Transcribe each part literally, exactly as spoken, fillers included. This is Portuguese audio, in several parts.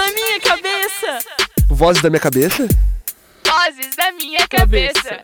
da minha cabeça. Vozes da minha cabeça? Vozes da minha cabeça.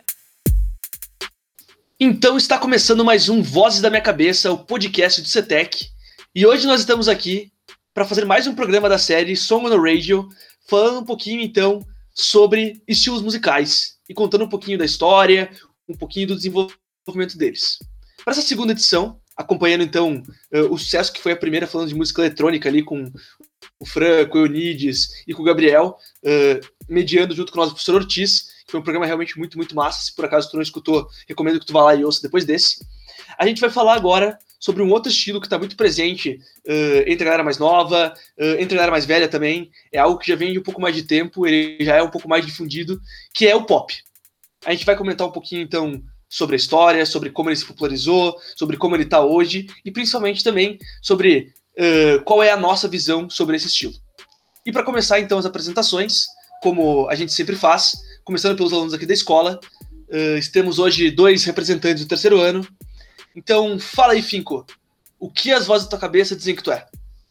Então está começando mais um Vozes da Minha Cabeça, o podcast do CETEC. E hoje nós estamos aqui para fazer mais um programa da série Song on the Radio, falando um pouquinho então sobre estilos musicais e contando um pouquinho da história, um pouquinho do desenvolvimento deles. Para essa segunda edição, acompanhando então uh, o sucesso que foi a primeira, falando de música eletrônica ali com o Fran, com o Eunides e com o Gabriel, uh, mediando junto com o nosso professor Ortiz, que foi um programa realmente muito, muito massa. Se por acaso tu não escutou, recomendo que tu vá lá e ouça depois desse. A gente vai falar agora sobre um outro estilo que está muito presente uh, entre a galera mais nova, uh, entre a galera mais velha também. É algo que já vem de um pouco mais de tempo, ele já é um pouco mais difundido, que é o pop. A gente vai comentar um pouquinho, então, sobre a história, sobre como ele se popularizou, sobre como ele está hoje, e principalmente também sobre uh, qual é a nossa visão sobre esse estilo. E para começar, então, as apresentações, como a gente sempre faz, começando pelos alunos aqui da escola, uh, temos hoje dois representantes do terceiro ano. Então, fala aí, Finco, o que as vozes da tua cabeça dizem que tu é?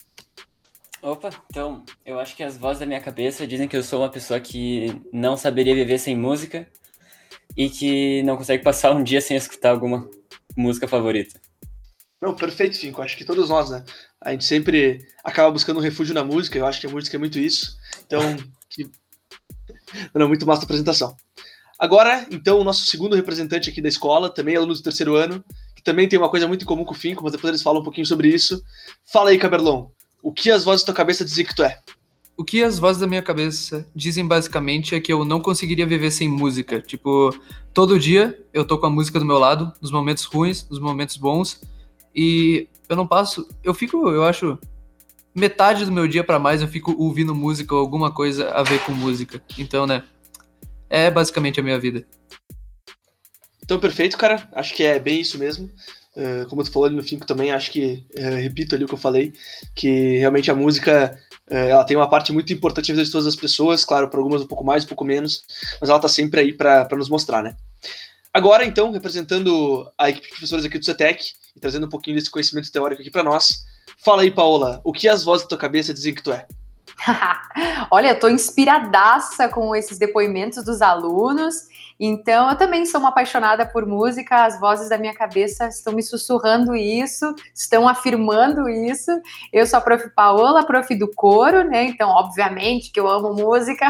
Opa, então, eu acho que as vozes da minha cabeça dizem que eu sou uma pessoa que não saberia viver sem música e que não consegue passar um dia sem escutar alguma música favorita. Não, perfeito, Finco, acho que todos nós, né? A gente sempre acaba buscando um refúgio na música, eu acho que a música é muito isso. Então, que... não, muito massa a apresentação. Agora, então, o nosso segundo representante aqui da escola, também aluno do terceiro ano, que também tem uma coisa muito em comum com o Finco, mas depois eles falam um pouquinho sobre isso. Fala aí, Caberlon, o que as vozes da tua cabeça dizem que tu é? O que as vozes da minha cabeça dizem basicamente é que eu não conseguiria viver sem música. Tipo, todo dia eu tô com a música do meu lado, nos momentos ruins, nos momentos bons, e eu não passo, eu fico, eu acho, metade do meu dia pra mais eu fico ouvindo música ou alguma coisa a ver com música. Então, né, é basicamente a minha vida. Então, perfeito, cara. Acho que é bem isso mesmo. Uh, como tu falou ali no Finco também, acho que, uh, repito ali o que eu falei, que realmente a música, uh, ela tem uma parte muito importante na vida de todas as pessoas, claro, para algumas um pouco mais, um pouco menos, mas ela tá sempre aí para nos mostrar, né? Agora, então, representando a equipe de professores aqui do CETEC e trazendo um pouquinho desse conhecimento teórico aqui para nós, fala aí, Paola, o que as vozes da tua cabeça dizem que tu é? Olha, eu tô inspiradaça com esses depoimentos dos alunos, então eu também sou uma apaixonada por música, as vozes da minha cabeça estão me sussurrando isso, estão afirmando isso. Eu sou a prof Paola, prof do coro, né, então obviamente que eu amo música,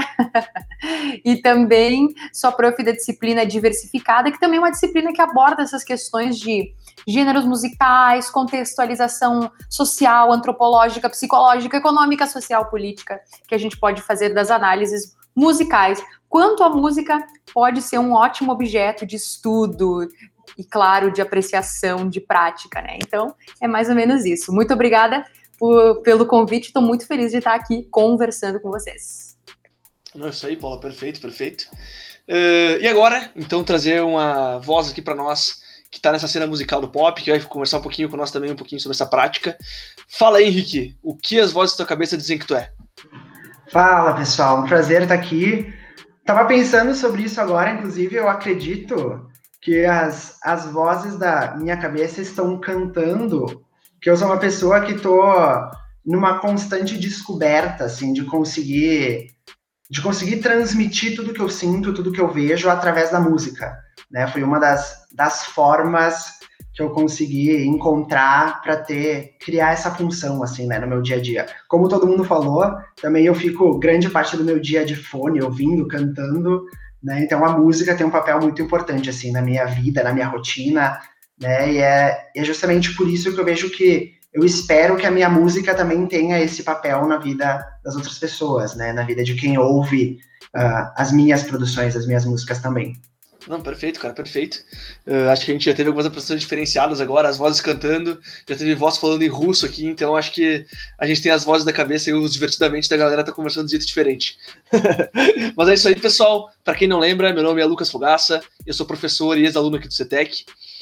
e também sou a prof da disciplina diversificada, que também é uma disciplina que aborda essas questões de gêneros musicais, contextualização social, antropológica, psicológica, econômica, social, política, que a gente pode fazer das análises musicais. Quanto a música pode ser um ótimo objeto de estudo e, claro, de apreciação, de prática, né? Então, é mais ou menos isso. Muito obrigada por, pelo convite, estou muito feliz de estar aqui conversando com vocês. Não, isso aí, Paula, perfeito, perfeito. Uh, e agora, então, trazer uma voz aqui para nós que está nessa cena musical do pop, que vai conversar um pouquinho com nós também, um pouquinho sobre essa prática. Fala aí, Henrique, o que as vozes da tua cabeça dizem que tu é? Fala, pessoal, um prazer estar aqui. Tava pensando sobre isso agora, inclusive eu acredito que as, as vozes da minha cabeça estão cantando, que eu sou uma pessoa que tô numa constante descoberta, assim, de conseguir, de conseguir transmitir tudo que eu sinto, tudo que eu vejo através da música, né? Foi uma das, das formas que eu consegui encontrar para ter, criar essa função, assim, né, no meu dia a dia. Como todo mundo falou, também eu fico grande parte do meu dia de fone, ouvindo, cantando, né, então a música tem um papel muito importante, assim, na minha vida, na minha rotina, né, e é, é justamente por isso que eu vejo que eu espero que a minha música também tenha esse papel na vida das outras pessoas, né, na vida de quem ouve uh, as minhas produções, as minhas músicas também. Não, perfeito, cara, perfeito. Uh, acho que a gente já teve algumas apresentações diferenciadas agora, as vozes cantando, já teve voz falando em russo aqui, então acho que a gente tem as vozes da cabeça e os divertidamente da galera tá conversando de jeito diferente. Mas é isso aí, pessoal. Para quem não lembra, meu nome é Lucas Fogaça, eu sou professor e ex-aluno aqui do CETEC.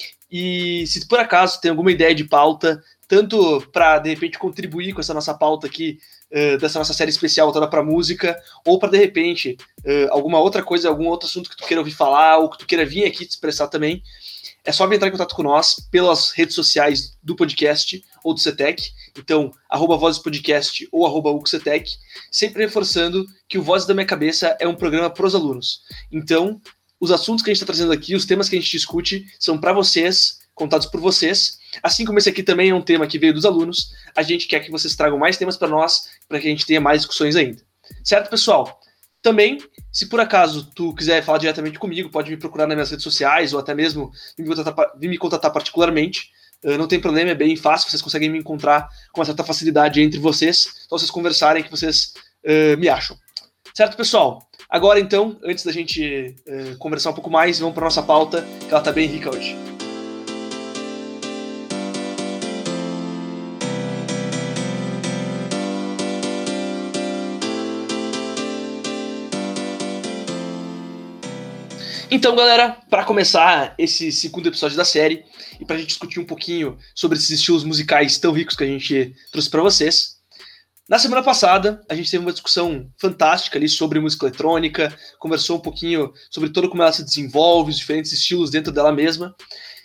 E se por acaso tem alguma ideia de pauta, tanto para, de repente, contribuir com essa nossa pauta aqui, uh, dessa nossa série especial toda para música, ou para, de repente, uh, alguma outra coisa, algum outro assunto que tu queira ouvir falar, ou que tu queira vir aqui te expressar também, é só entrar em contato com nós pelas redes sociais do podcast, ou do CETEC, então, arroba Vozes Podcast ou arroba UCCetec, sempre reforçando que o Vozes da Minha Cabeça é um programa para os alunos. Então, os assuntos que a gente está trazendo aqui, os temas que a gente discute, são para vocês, contados por vocês. Assim como esse aqui também é um tema que veio dos alunos, a gente quer que vocês tragam mais temas para nós, para que a gente tenha mais discussões ainda. Certo, pessoal? Também, se por acaso tu quiser falar diretamente comigo, pode me procurar nas minhas redes sociais ou até mesmo vir me contatar, vir me contatar particularmente. Uh, não tem problema, é bem fácil, vocês conseguem me encontrar com uma certa facilidade entre vocês, só vocês conversarem que vocês uh, me acham. Certo, pessoal? Agora, então, antes da gente uh, conversar um pouco mais, vamos para nossa pauta, que ela está bem rica hoje. Então, galera, para começar esse segundo episódio da série e para a gente discutir um pouquinho sobre esses estilos musicais tão ricos que a gente trouxe para vocês, na semana passada a gente teve uma discussão fantástica ali sobre música eletrônica, conversou um pouquinho sobre todo como ela se desenvolve, os diferentes estilos dentro dela mesma.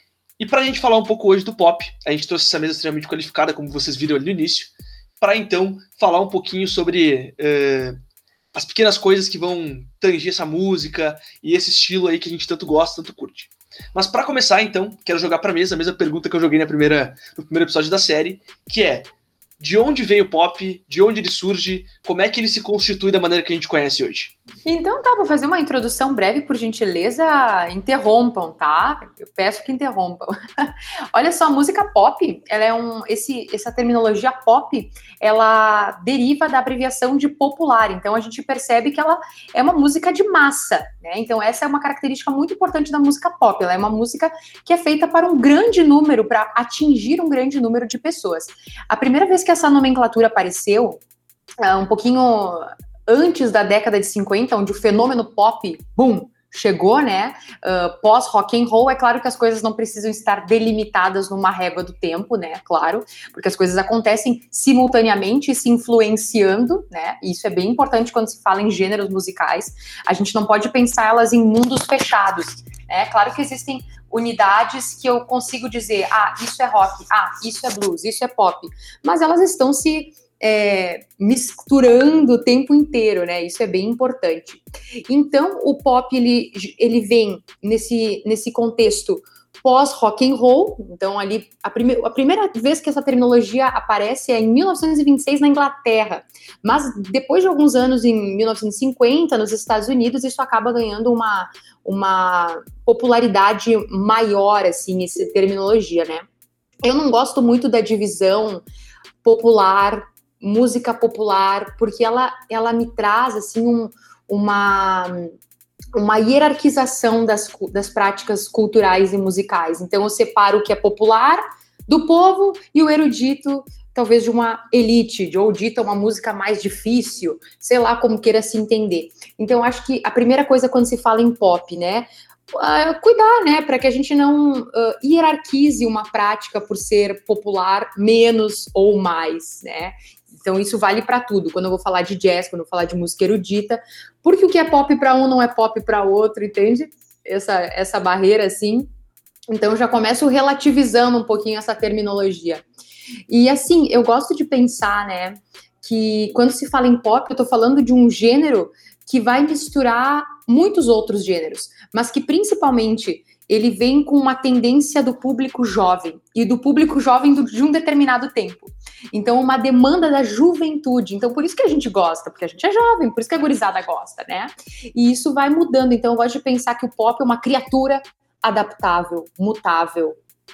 E para a gente falar um pouco hoje do pop, a gente trouxe essa mesa extremamente qualificada, como vocês viram ali no início, para então falar um pouquinho sobre Uh, as pequenas coisas que vão tanger essa música e esse estilo aí que a gente tanto gosta, tanto curte. Mas para começar, então, quero jogar para a mesa a mesma pergunta que eu joguei na primeira, no primeiro episódio da série, que é: de onde veio o pop, de onde ele surge, como é que ele se constitui da maneira que a gente conhece hoje? Então tá, vou fazer uma introdução breve, por gentileza, interrompam, tá? Eu peço que interrompam. Olha só, a música pop, ela é um, esse, essa terminologia pop, ela deriva da abreviação de popular, então a gente percebe que ela é uma música de massa, né? Então essa é uma característica muito importante da música pop, ela é uma música que é feita para um grande número, para atingir um grande número de pessoas. A primeira vez que essa nomenclatura apareceu, um pouquinho antes da década de cinquenta, onde o fenômeno pop, boom, chegou, né, uh, pós rock and roll, é claro que as coisas não precisam estar delimitadas numa régua do tempo, né, claro, porque as coisas acontecem simultaneamente e se influenciando, né, e isso é bem importante quando se fala em gêneros musicais, a gente não pode pensar elas em mundos fechados, né, claro que existem unidades que eu consigo dizer, ah, isso é rock, ah, isso é blues, isso é pop, mas elas estão se É, misturando o tempo inteiro, né? Isso é bem importante. Então, o pop, ele, ele vem nesse, nesse contexto pós-rock and roll. Então, ali, a, prime- a primeira vez que essa terminologia aparece é em mil novecentos e vinte e seis na Inglaterra. Mas, depois de alguns anos, em mil novecentos e cinquenta, nos Estados Unidos, isso acaba ganhando uma, uma popularidade maior, assim, essa terminologia, né? Eu não gosto muito da divisão popular, música popular, porque ela, ela me traz, assim, um, uma, uma hierarquização das, das práticas culturais e musicais. Então, eu separo o que é popular do povo e o erudito, talvez de uma elite, de ou dita uma música mais difícil, sei lá como queira se entender. Então, eu acho que a primeira coisa quando se fala em pop, né, Uh, cuidar, né, para que a gente não uh, hierarquize uma prática por ser popular menos ou mais, né. Então isso vale para tudo, quando eu vou falar de jazz, quando eu vou falar de música erudita, porque o que é pop para um não é pop para outro, entende? Essa, essa barreira, assim. Então eu já começo relativizando um pouquinho essa terminologia. E assim, eu gosto de pensar, né, que quando se fala em pop, eu tô falando de um gênero que vai misturar muitos outros gêneros, mas que principalmente ele vem com uma tendência do público jovem, e do público jovem do, de um determinado tempo. Então, uma demanda da juventude. Então, por isso que a gente gosta, porque a gente é jovem, por isso que a gurizada gosta, né? E isso vai mudando. Então, eu gosto de pensar que o pop é uma criatura adaptável, mutável,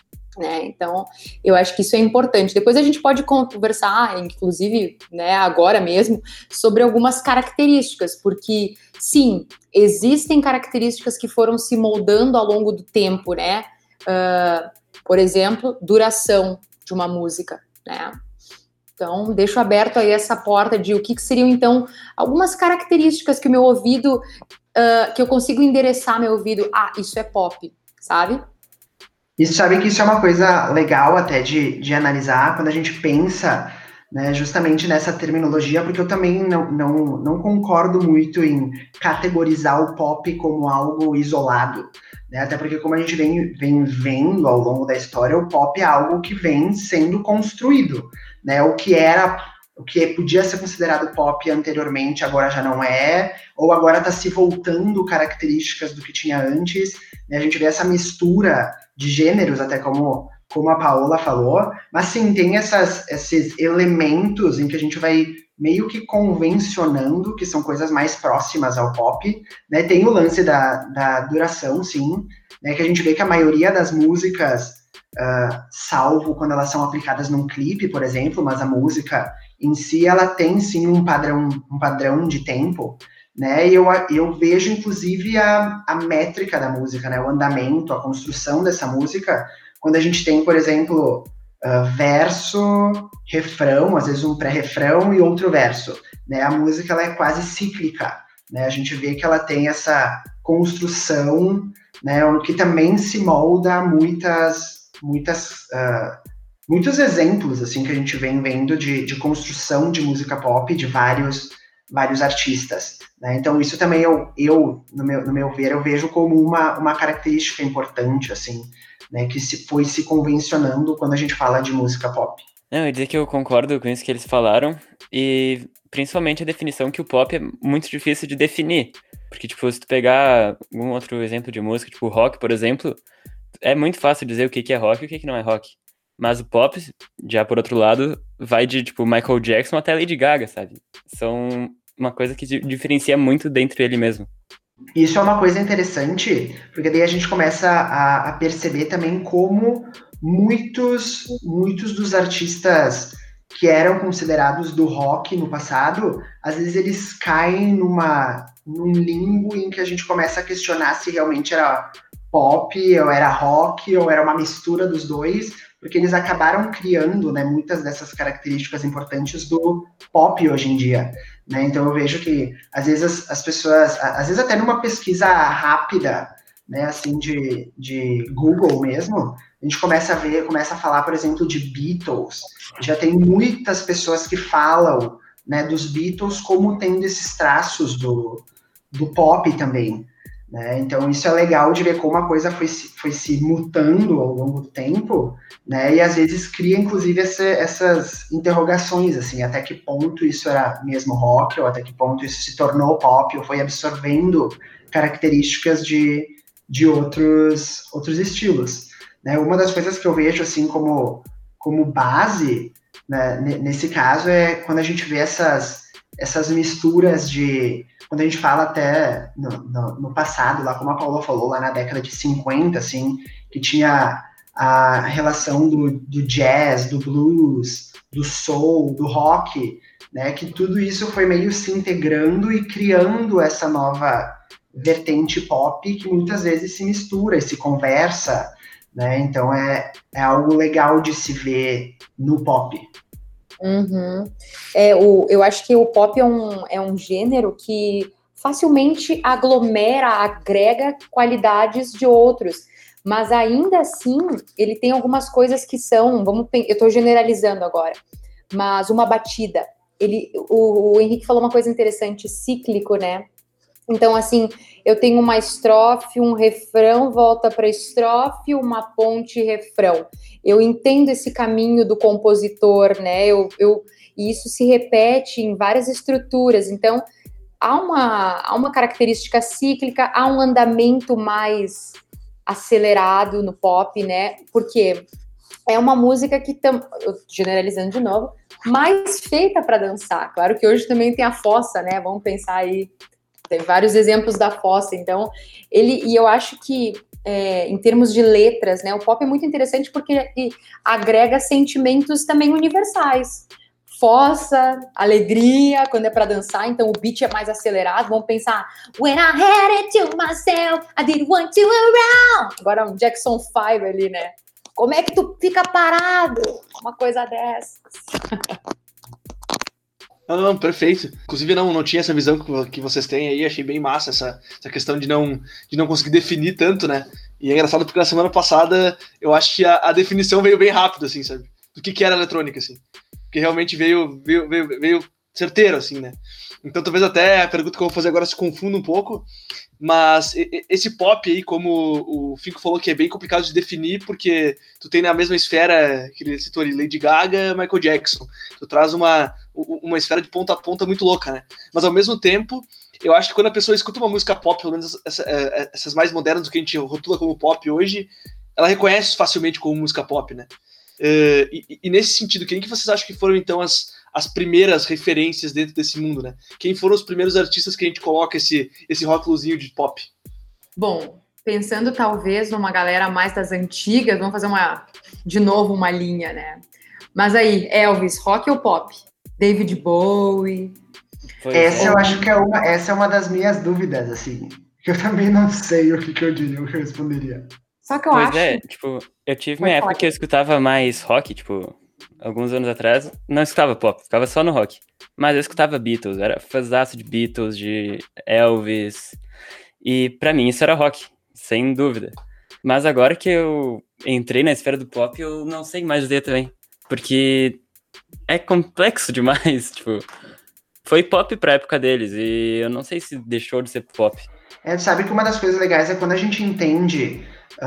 né? Então, eu acho que isso é importante. Depois a gente pode conversar, inclusive, né, agora mesmo, sobre algumas características, porque, sim, existem características que foram se moldando ao longo do tempo, né? Uh, por exemplo, duração de uma música, né? Então, deixo aberto aí essa porta de o que, que seriam, então, algumas características que o meu ouvido, uh, que eu consigo endereçar meu ouvido, ah, isso é pop, sabe? E sabe que isso é uma coisa legal até de, de analisar quando a gente pensa, né, justamente nessa terminologia, porque eu também não, não, não concordo muito em categorizar o pop como algo isolado. né? Até porque, como a gente vem, vem vendo ao longo da história, o pop é algo que vem sendo construído, né? O que era, o que podia ser considerado pop anteriormente, agora já não é, ou agora está se voltando características do que tinha antes, né? A gente vê essa mistura de gêneros, até como, como a Paola falou, mas sim, tem essas, esses elementos em que a gente vai meio que convencionando, que são coisas mais próximas ao pop, né? Tem o lance da, da duração, sim, né? Que a gente vê que a maioria das músicas, uh, salvo quando elas são aplicadas num clipe, por exemplo, mas a música em si, ela tem sim um padrão, um padrão de tempo, né? E eu, eu vejo, inclusive, a, a métrica da música, né? O andamento, a construção dessa música, quando a gente tem, por exemplo, Uh, verso, refrão, às vezes um pré-refrão e outro verso, né? A música, ela é quase cíclica, né? A gente vê que ela tem essa construção, né? Que também se molda a muitas, muitas, uh, muitos exemplos, assim, que a gente vem vendo de, de construção de música pop de vários, vários artistas, né? Então isso também eu, eu no, meu, no meu ver, eu vejo como uma, uma característica importante, assim, né, que se foi se convencionando quando a gente fala de música pop. Não, eu ia dizer que eu concordo com isso que eles falaram, e principalmente a definição que o pop é muito difícil de definir, porque, tipo, se tu pegar algum outro exemplo de música, tipo rock, por exemplo, é muito fácil dizer o que que é rock e o que que não é rock, mas o pop, já por outro lado, vai de, tipo, Michael Jackson até Lady Gaga, sabe? São uma coisa que diferencia muito dentro dele mesmo. Isso é uma coisa interessante, porque daí a gente começa a, a perceber também como muitos, muitos dos artistas que eram considerados do rock no passado, às vezes eles caem numa, num limbo em que a gente começa a questionar se realmente era pop, ou era rock, ou era uma mistura dos dois, porque eles acabaram criando, né, muitas dessas características importantes do pop hoje em dia. Né? Então eu vejo que às vezes as, as pessoas, às vezes até numa pesquisa rápida, né, assim de, de Google mesmo, a gente começa a ver, começa a falar, por exemplo, de Beatles. Já tem muitas pessoas que falam, né, dos Beatles como tendo esses traços do, do pop também. Né? Então isso é legal de ver como a coisa foi, foi se mutando ao longo do tempo, né? E às vezes cria inclusive essa, essas interrogações, assim, até que ponto isso era mesmo rock, ou até que ponto isso se tornou pop, ou foi absorvendo características de, de outros, outros estilos. Né? Uma das coisas que eu vejo assim como, como base, né, nesse caso é quando a gente vê essas, essas misturas de... Quando a gente fala até no, no, no passado, lá como a Paula falou, lá na década de cinquenta, assim, que tinha a relação do, do jazz, do blues, do soul, do rock, né, que tudo isso foi meio se integrando e criando essa nova vertente pop que muitas vezes se mistura e se conversa, né, então é, é algo legal de se ver no pop. Uhum. É, o, eu acho que o pop é um, é um gênero que facilmente aglomera, agrega qualidades de outros, mas ainda assim ele tem algumas coisas que são, vamos, eu estou generalizando agora, mas uma batida, ele, o, o Henrique falou uma coisa interessante, cíclico, né? Então, assim, eu tenho uma estrofe, um refrão, volta para estrofe, uma ponte, refrão. Eu entendo esse caminho do compositor, né? Eu, eu, e isso se repete em várias estruturas. Então, há uma, há uma característica cíclica, há um andamento mais acelerado no pop, né? Porque é uma música que, tam, generalizando de novo, mais feita para dançar. Claro que hoje também tem a fossa, né? Vamos pensar aí. Tem vários exemplos da fossa, então, ele, e eu acho que, é, em termos de letras, né, o pop é muito interessante porque agrega sentimentos também universais. Fossa, alegria, quando é para dançar, então o beat é mais acelerado, vamos pensar, when I had it to myself, I didn't want to around. Agora um Jackson cinco ali, né? Como é que tu fica parado? Uma coisa dessas. Não, não, perfeito. Inclusive, não, não tinha essa visão que vocês têm aí, achei bem massa essa, essa questão de não, de não conseguir definir tanto, né? E é engraçado porque na semana passada eu acho que a, a definição veio bem rápido, assim, sabe? Do que, que era eletrônica, assim. Porque realmente veio, veio, veio, veio certeiro, assim, né? Então talvez até a pergunta que eu vou fazer agora se confunda um pouco, mas esse pop aí, como o Fico falou, que é bem complicado de definir, porque tu tem na mesma esfera que ele citou ali, Lady Gaga, Michael Jackson. Tu traz uma, uma esfera de ponta a ponta muito louca, né? Mas ao mesmo tempo, eu acho que quando a pessoa escuta uma música pop, pelo menos essa, essas mais modernas, do que a gente rotula como pop hoje, ela reconhece facilmente como música pop, né? Uh, e, e nesse sentido, quem que vocês acham que foram, então, as, as primeiras referências dentro desse mundo, né? Quem foram os primeiros artistas que a gente coloca esse, esse rótulozinho de pop? Bom, pensando talvez numa galera mais das antigas, vamos fazer uma, de novo uma linha, né? Mas aí, Elvis, rock ou pop? David Bowie? Foi Essa é. eu acho que é uma, essa é uma das minhas dúvidas, assim. Eu também não sei o que, que eu diria, o que eu responderia. Só que eu Pois acho... é, tipo, eu tive Pode uma falar. época que eu escutava mais rock, tipo, alguns anos atrás, não escutava pop, ficava só no rock. Mas eu escutava Beatles, era fãzaço de Beatles, de Elvis, e pra mim isso era rock, sem dúvida. Mas agora que eu entrei na esfera do pop, eu não sei mais dizer também, porque é complexo demais, tipo, foi pop pra época deles, e eu não sei se deixou de ser pop. É, sabe que uma das coisas legais é quando a gente entende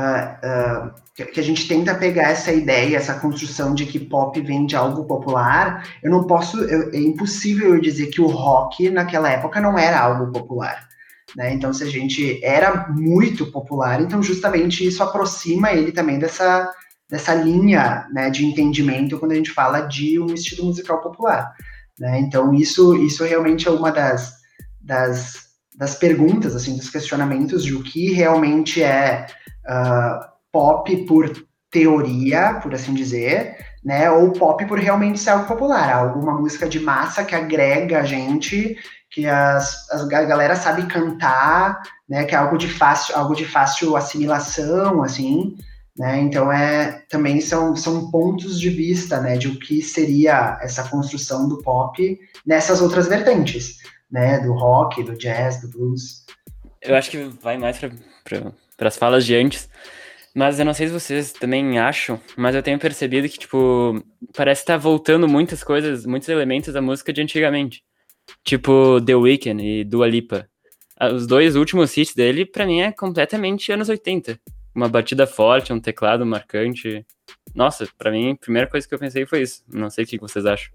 uh, uh, que, que a gente tenta pegar essa ideia, essa construção de que pop vem de algo popular. Eu não posso, eu, é impossível eu dizer que o rock naquela época não era algo popular, né? Então, se a gente era muito popular, então justamente isso aproxima ele também dessa, dessa linha, né, de entendimento quando a gente fala de um estilo musical popular, né? Então, isso, isso realmente é uma das, das das perguntas, assim, dos questionamentos de o que realmente é uh, pop por teoria, por assim dizer, né, ou pop por realmente ser algo popular, alguma música de massa que agrega a gente, que as, as, a galera sabe cantar, né, que é algo de fácil, algo de fácil assimilação, assim, né, então é, também são, são pontos de vista, né, de o que seria essa construção do pop nessas outras vertentes, né, do rock, do jazz, do blues. Eu acho que vai mais para as falas de antes, mas eu não sei se vocês também acham, mas eu tenho percebido que, tipo, parece estar voltando muitas coisas, muitos elementos da música de antigamente. Tipo, The Weeknd e Dua Lipa. Os dois últimos hits dele, pra mim, é completamente anos oitenta. Uma batida forte, um teclado marcante. Nossa, pra mim, a primeira coisa que eu pensei foi isso. Não sei o que vocês acham.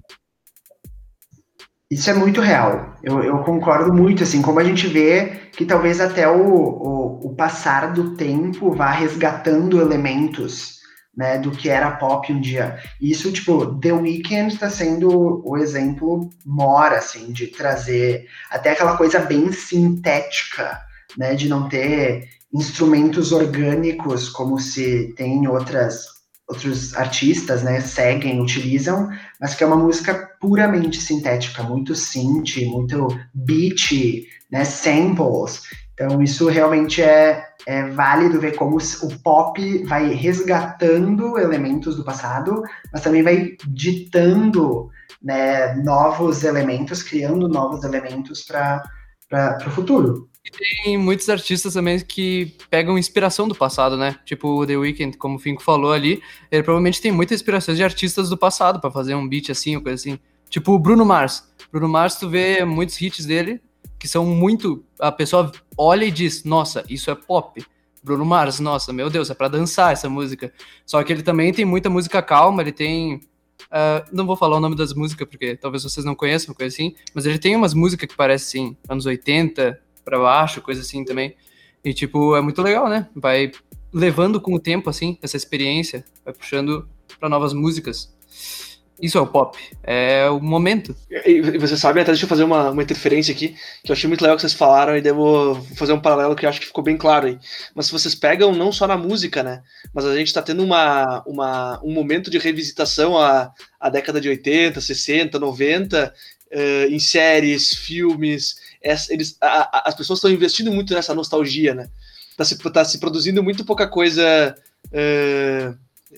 Isso é muito real, eu, eu concordo muito, assim, como a gente vê que talvez até o, o, o passar do tempo vá resgatando elementos, né, do que era pop um dia. Isso, tipo, The Weeknd tá sendo o exemplo maior, assim, de trazer até aquela coisa bem sintética, né, de não ter instrumentos orgânicos como se tem em outras... outros artistas, né, seguem, utilizam, mas que é uma música puramente sintética, muito synth, muito beat, né, samples. Então isso realmente é, é válido ver como o pop vai resgatando elementos do passado, mas também vai ditando, né, novos elementos, criando novos elementos para o futuro. Tem muitos artistas também que pegam inspiração do passado, né? Tipo o The Weeknd, como o Finco falou ali, ele provavelmente tem muita inspiração de artistas do passado pra fazer um beat assim, ou coisa assim. Tipo o Bruno Mars. Bruno Mars, tu vê muitos hits dele que são muito... A pessoa olha e diz, nossa, isso é pop. Bruno Mars, nossa, meu Deus, é pra dançar essa música. Só que ele também tem muita música calma, ele tem... Uh, não vou falar o nome das músicas, porque talvez vocês não conheçam, coisa assim, mas ele tem umas músicas que parecem, assim, anos oitenta... pra baixo, coisa assim também. E, tipo, é muito legal, né? Vai levando com o tempo, assim, essa experiência, vai puxando pra novas músicas. Isso é o pop, é o momento. E você sabe, até deixa eu fazer uma, uma interferência aqui, que eu achei muito legal que vocês falaram, e devo fazer um paralelo que eu acho que ficou bem claro aí. Mas se vocês pegam não só na música, né? Mas a gente tá tendo uma, uma, um momento de revisitação à, à década de oitenta, sessenta, noventa, uh, em séries, filmes... Eles, a, a, as pessoas estão investindo muito nessa nostalgia, né? Tá se, tá se produzindo muito pouca coisa uh,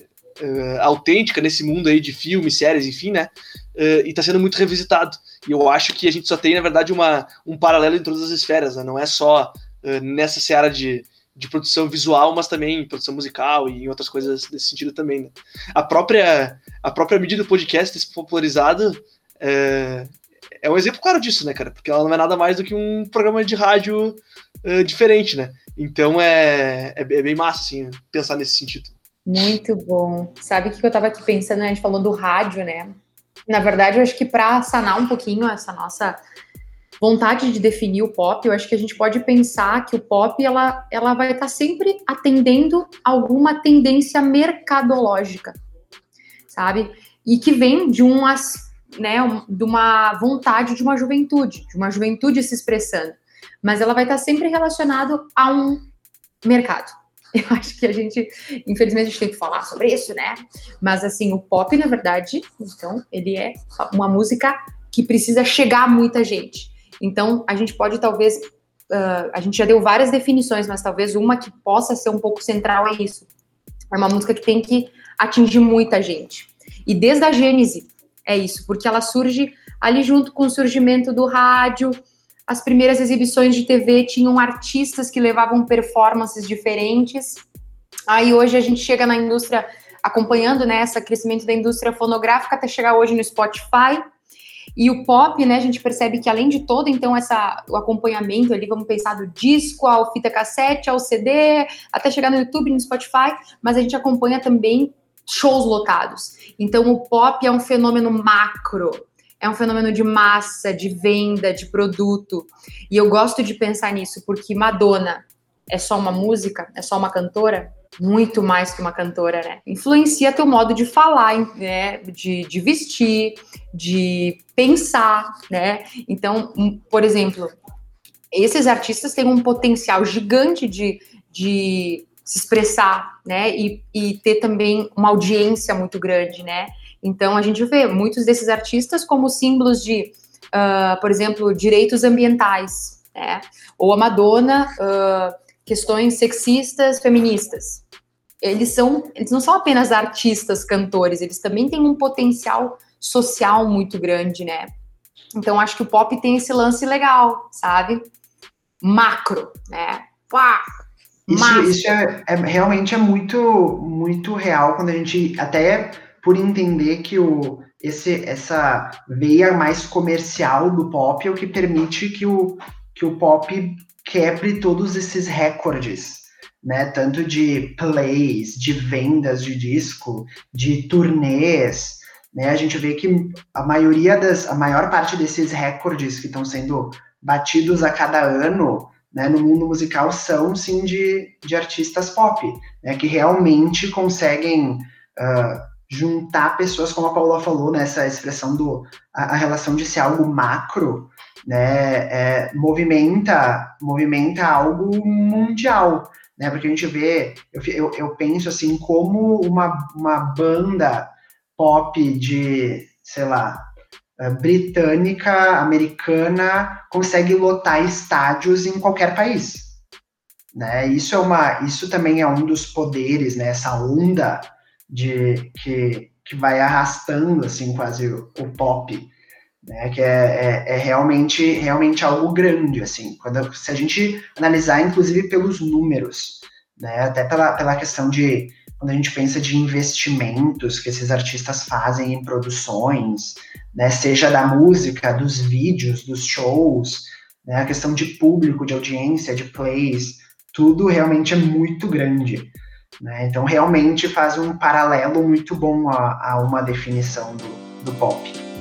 uh, autêntica nesse mundo aí de filmes, séries, enfim, né? Uh, e tá sendo muito revisitado. E eu acho que a gente só tem, na verdade, uma, um paralelo em todas as esferas, né? Não é só uh, nessa seara de, de produção visual, mas também em produção musical e em outras coisas desse sentido também, né? A própria, a própria mídia do podcast ter se popularizado uh, é um exemplo claro disso, né, cara? Porque ela não é nada mais do que um programa de rádio uh, diferente, né? Então é, é, é bem massa, assim, pensar nesse sentido. Muito bom. Sabe o que eu tava aqui pensando, né? A gente falou do rádio, né? Na verdade, eu acho que para sanar um pouquinho essa nossa vontade de definir o pop, eu acho que a gente pode pensar que o pop, ela, ela vai estar sempre atendendo alguma tendência mercadológica, sabe? E que vem de um, né, de uma vontade de uma juventude, de uma juventude se expressando. Mas ela vai estar sempre relacionado a um mercado. Eu acho que a gente, infelizmente, a gente tem que falar sobre isso, né? Mas, assim, o pop, na verdade, então, ele é uma música que precisa chegar a muita gente. Então, a gente pode, talvez, uh, a gente já deu várias definições, mas talvez uma que possa ser um pouco central é isso. É uma música que tem que atingir muita gente. E desde a gênese é isso, porque ela surge ali junto com o surgimento do rádio. As primeiras exibições de T V tinham artistas que levavam performances diferentes. Aí hoje a gente chega na indústria, acompanhando, né, esse crescimento da indústria fonográfica até chegar hoje no Spotify. E o pop, né, a gente percebe que além de todo, então, essa, o acompanhamento ali, vamos pensar do disco, ao fita cassete, ao C D, até chegar no YouTube, no Spotify, mas a gente acompanha também shows lotados. Então o pop é um fenômeno macro. É um fenômeno de massa, de venda, de produto. E eu gosto de pensar nisso, porque Madonna é só uma música? É só uma cantora? Muito mais que uma cantora, né? Influencia teu modo de falar, né? De, de vestir, de pensar, né? Então, por exemplo, esses artistas têm um potencial gigante de, de se expressar, né? E, e ter também uma audiência muito grande, né? Então, a gente vê muitos desses artistas como símbolos de, uh, por exemplo, direitos ambientais, né? Ou a Madonna, uh, questões sexistas, feministas. Eles, são, eles não são apenas artistas, cantores, eles também têm um potencial social muito grande, né? Então, acho que o pop tem esse lance legal, sabe? Macro, né? Pá! Isso, isso é, é, realmente é muito, muito real quando a gente até... por entender que o, esse, essa veia mais comercial do pop é o que permite que o, que o pop quebre todos esses recordes, né? Tanto de plays, de vendas de disco, de turnês, né? A gente vê que a maioria das, a maior parte desses recordes que estão sendo batidos a cada ano, né, no mundo musical são, sim, de, de artistas pop, né? Que realmente conseguem... Uh, juntar pessoas, como a Paula falou, nessa né, expressão do a, a relação de ser algo macro, né, é, movimenta, movimenta algo mundial, né, porque a gente vê, eu, eu, eu penso assim, como uma, uma banda pop de, sei lá, britânica, americana, consegue lotar estádios em qualquer país, né, isso é uma, isso também é um dos poderes, né, essa onda de que, que vai arrastando assim quase o, o pop, né, que é, é, é realmente realmente algo grande assim, quando se a gente analisar inclusive pelos números, né, até pela, pela questão de quando a gente pensa de investimentos que esses artistas fazem em produções, né, seja da música, dos vídeos, dos shows, né, a questão de público, de audiência, de plays, tudo realmente é muito grande. Né? Então, realmente faz um paralelo muito bom a, a uma definição do, do pop.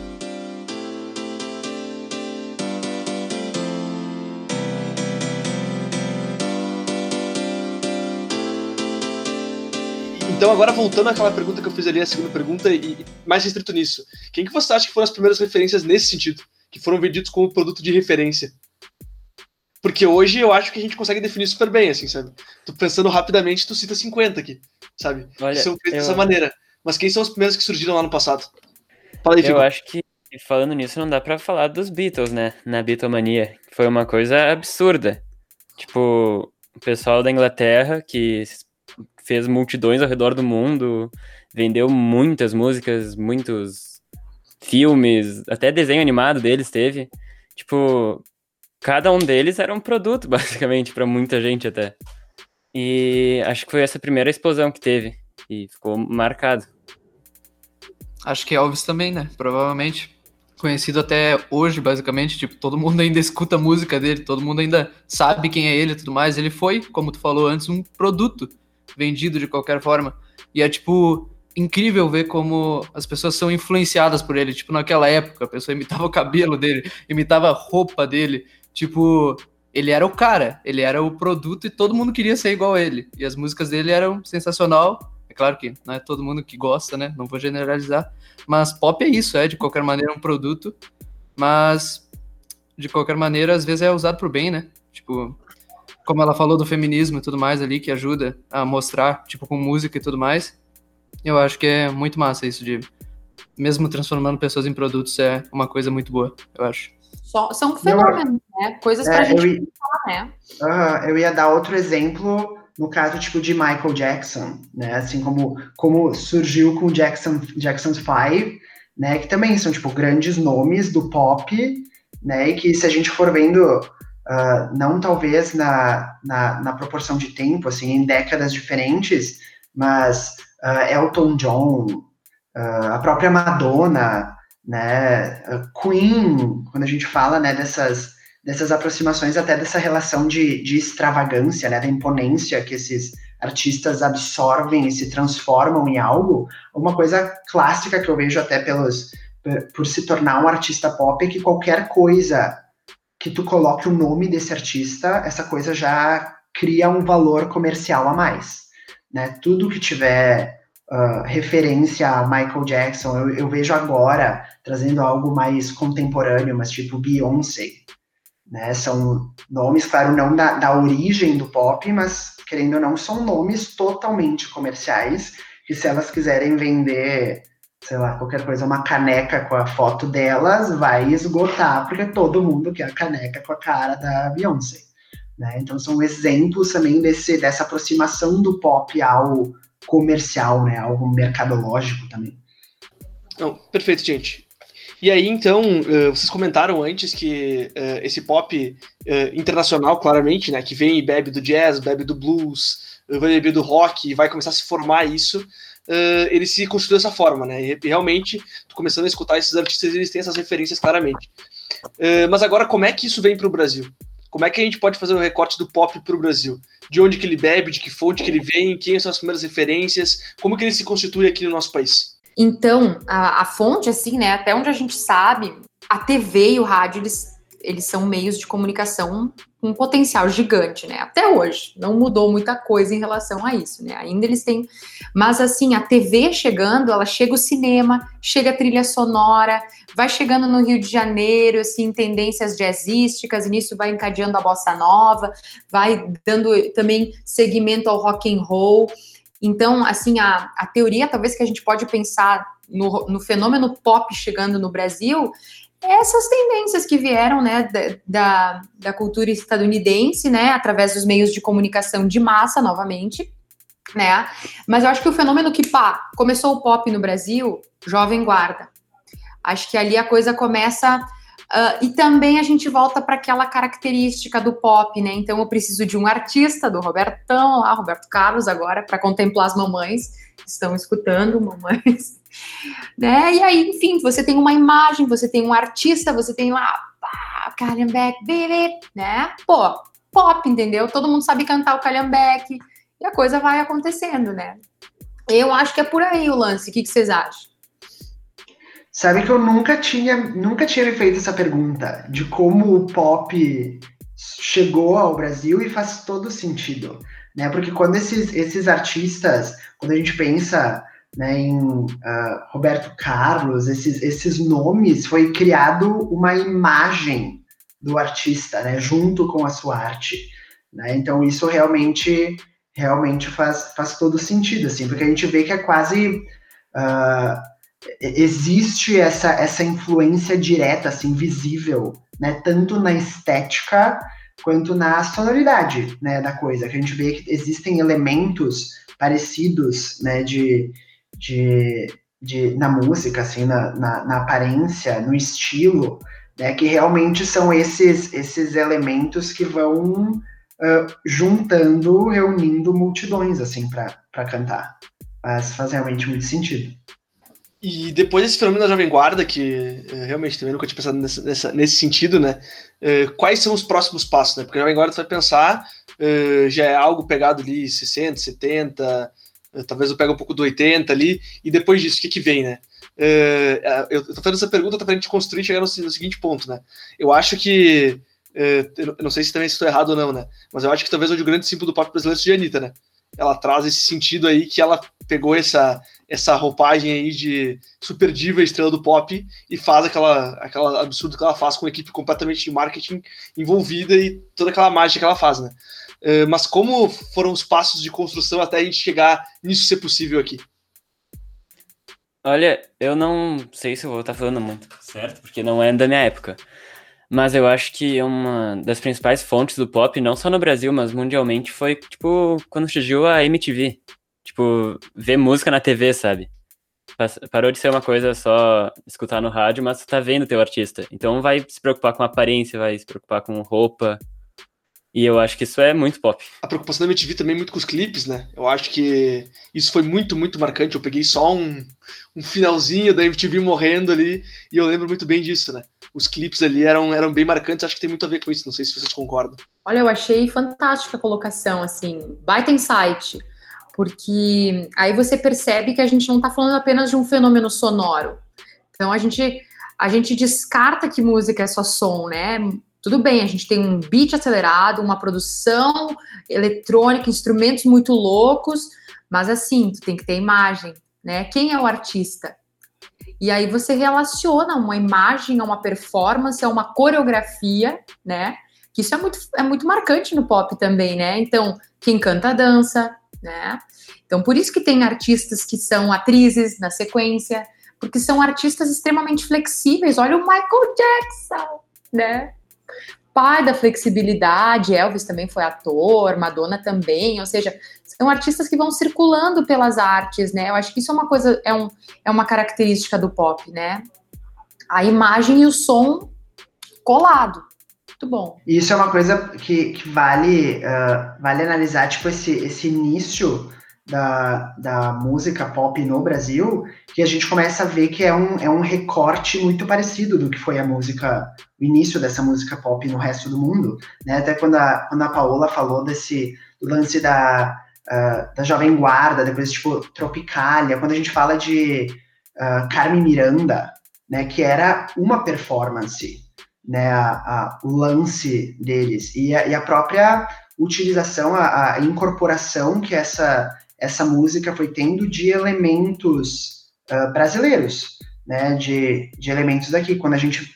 Então, agora voltando àquela pergunta que eu fiz ali, a segunda pergunta, e, e mais restrito nisso, quem que você acha que foram as primeiras referências nesse sentido? Que foram vendidos como produto de referência? Porque hoje eu acho que a gente consegue definir super bem, assim, sabe? Tô pensando rapidamente, tu cita cinquenta aqui, sabe? Olha, são feitos eu... dessa maneira. Mas quem são os primeiros que surgiram lá no passado? Fala aí, Eu Fico. acho que, falando nisso, não dá pra falar dos Beatles, né? Na Beatlemania. Foi uma coisa absurda. Tipo, o pessoal da Inglaterra, que fez multidões ao redor do mundo, vendeu muitas músicas, muitos filmes, até desenho animado deles teve. Tipo... Cada um deles era um produto, basicamente, pra muita gente até. E acho que foi essa primeira explosão que teve. E ficou marcado. Acho que Elvis também, né? Provavelmente. conhecido até hoje, basicamente, tipo, todo mundo ainda escuta a música dele, todo mundo ainda sabe quem é ele e tudo mais. Ele foi, como tu falou antes, um produto vendido de qualquer forma. E é, tipo, incrível ver como as pessoas são influenciadas por ele. Tipo, naquela época, a pessoa imitava o cabelo dele, imitava a roupa dele. Tipo, ele era o cara, ele era o produto e todo mundo queria ser igual a ele. E as músicas dele eram sensacional. É claro que não é todo mundo que gosta, né? Não vou generalizar. Mas pop é isso, é de qualquer maneira um produto. Mas, de qualquer maneira, às vezes é usado pro bem, né? Tipo, como ela falou do feminismo e tudo mais ali, que ajuda a mostrar, tipo, com música e tudo mais. Eu acho que é muito massa isso de... Mesmo transformando pessoas em produtos é uma coisa muito boa, eu acho. Só, são fenômenos, né? Coisas pra É, gente eu ia- pensar, né? Ah, eu ia dar outro exemplo no caso tipo de Michael Jackson, né? Assim como como surgiu com o Jackson Jackson's Five, né? Que também são tipo grandes nomes do pop, né? E que se a gente for vendo, ah, não talvez na, na, na proporção de tempo, assim, em décadas diferentes, mas ah, Elton John, ah, a própria Madonna, né? ah, Queen, quando a gente fala, né? Dessas dessas aproximações até dessa relação de, de extravagância, né, da imponência que esses artistas absorvem e se transformam em algo, uma coisa clássica que eu vejo até pelos, por, por se tornar um artista pop é que qualquer coisa que tu coloque o nome desse artista, essa coisa já cria um valor comercial a mais, né, tudo que tiver uh, referência a Michael Jackson, eu, eu vejo agora trazendo algo mais contemporâneo, mas tipo Beyoncé, né, são nomes, claro, não da, da origem do pop, mas, querendo ou não, são nomes totalmente comerciais, que se elas quiserem vender, sei lá, qualquer coisa, uma caneca com a foto delas, vai esgotar, porque todo mundo quer a caneca com a cara da Beyoncé, né, então são exemplos também desse, dessa aproximação do pop ao comercial, né, algo mercadológico também. Não, perfeito, gente. E aí, então, uh, vocês comentaram antes que uh, esse pop uh, internacional, claramente, né, que vem e bebe do jazz, bebe do blues, uh, vai beber do rock e vai começar a se formar isso, uh, ele se construiu dessa forma, né, e realmente, tô começando a escutar esses artistas, eles têm essas referências claramente. Uh, mas agora, como é que isso vem para o Brasil? Como é que a gente pode fazer o recorte do pop para o Brasil? De onde que ele bebe, de que fonte que ele vem, quem são as primeiras referências, como que ele se constitui aqui no nosso país? Então, a, a fonte, assim, né, até onde a gente sabe, a T V e o rádio, eles, eles são meios de comunicação com um potencial gigante, né, até hoje. Não mudou muita coisa em relação a isso, né, ainda eles têm... Mas, assim, a T V chegando, ela chega o cinema, chega a trilha sonora, vai chegando no Rio de Janeiro, assim, tendências jazzísticas, e nisso vai encadeando a bossa nova, vai dando também seguimento ao rock and roll. Então, assim, a, a teoria, talvez, que a gente pode pensar no, no fenômeno pop chegando no Brasil, é essas tendências que vieram, né, da, da, da cultura estadunidense, né, através dos meios de comunicação de massa, novamente, né, mas eu acho que o fenômeno que, pá, começou o pop no Brasil, Jovem Guarda. Acho que ali a coisa começa... Uh, e também a gente volta para aquela característica do pop, né? Então eu preciso de um artista, do Robertão, lá, Roberto Carlos agora, para contemplar as mamães que estão escutando, mamães, né? E aí, enfim, você tem uma imagem, você tem um artista, você tem lá, pá, Calhambeque, baby, né? Pô, pop, entendeu? Todo mundo sabe cantar o Calhambeque e a coisa vai acontecendo, né? Eu acho que é por aí o lance. O que, que vocês acham? Sabe que eu nunca tinha, nunca tinha me feito essa pergunta de como o pop chegou ao Brasil e faz todo sentido, né? Porque quando esses, esses artistas, quando a gente pensa, né, em uh, Roberto Carlos, esses, esses nomes, foi criado uma imagem do artista, né, junto com a sua arte, né? Então isso realmente, realmente faz, faz todo sentido, assim, porque a gente vê que é quase... Uh, existe essa, essa influência direta, assim, visível, né, tanto na estética quanto na sonoridade, né, da coisa, que a gente vê que existem elementos parecidos, né, de, de, de, na música, assim, na, na, na aparência, no estilo, né, que realmente são esses, esses elementos que vão uh, juntando, reunindo multidões, assim, para cantar. Mas faz realmente muito sentido. E depois desse fenômeno da Jovem Guarda, que eh, realmente também nunca tinha pensado nessa, nessa- nesse sentido, né? eh, quais são os próximos passos, né? Porque a Jovem Guarda, tu vai pensar, eh, já é algo pegado ali sessenta, setenta, eh, talvez eu pegue um pouco do oitenta ali, e depois disso, o que que vem, né? Eh, eh, eu tô fazendo essa pergunta pra gente construir e chegar no, se- no seguinte ponto, né? Eu acho que, eh, eu não- eu não sei se também estou errado ou não, né? Mas eu acho que talvez hoje o grande símbolo do pop brasileiro seja a Anitta, né? Ela traz esse sentido aí que ela pegou essa, essa roupagem aí de super diva estrela do pop e faz aquela, aquela absurdo que ela faz com uma equipe completamente de marketing envolvida e toda aquela mágica que ela faz, né? Eh, mas como foram os passos de construção até a gente chegar nisso ser possível aqui? Olha, eu não sei se eu vou estar falando muito certo, porque não é da minha época. Mas eu acho que uma das principais fontes do pop, não só no Brasil, mas mundialmente, foi, tipo, quando surgiu a M T V. Tipo, ver música na T V, sabe? Pas- Parou de ser uma coisa só escutar no rádio, mas tu tá vendo teu artista. Então vai se preocupar com aparência, vai se preocupar com roupa. E eu acho que isso é muito pop. A preocupação da M T V também muito com os clipes, né? Eu acho que isso foi muito, muito marcante. Eu peguei só um, um finalzinho da M T V morrendo ali e eu lembro muito bem disso, né? Os clipes ali eram, eram bem marcantes, acho que tem muito a ver com isso, não sei se vocês concordam. Olha, eu achei fantástica a colocação, assim, baita insight, porque aí você percebe que a gente não está falando apenas de um fenômeno sonoro. Então a gente, a gente descarta que música é só som, né? Tudo bem, a gente tem um beat acelerado, uma produção eletrônica, instrumentos muito loucos, mas assim, tu tem que ter imagem, né? Quem é o artista? E aí você relaciona uma imagem a uma performance, a uma coreografia, né? Que isso é muito, é muito marcante no pop também, né? Então, quem canta dança, né? Então, por isso que tem artistas que são atrizes na sequência, porque são artistas extremamente flexíveis. Olha o Michael Jackson, né? Pai da flexibilidade, Elvis também foi ator, Madonna também, ou seja, são artistas que vão circulando pelas artes, né? Eu acho que isso é uma coisa, é, um, é uma característica do pop, né? A imagem e o som colado. Muito bom. E isso é uma coisa que, que vale, uh, vale analisar, tipo, esse, esse início da, da música pop no Brasil, que a gente começa a ver que é um, é um recorte muito parecido do que foi a música, o início dessa música pop no resto do mundo, né? Até quando a, quando a Paola falou desse do lance da, uh, da Jovem Guarda, depois, tipo, Tropicália, quando a gente fala de uh, Carmen Miranda, né, que era uma performance, né, a, a, o lance deles, e a, e a própria utilização, a, a incorporação que essa, essa música foi tendo de elementos uh, brasileiros, né, de, de elementos daqui, quando a gente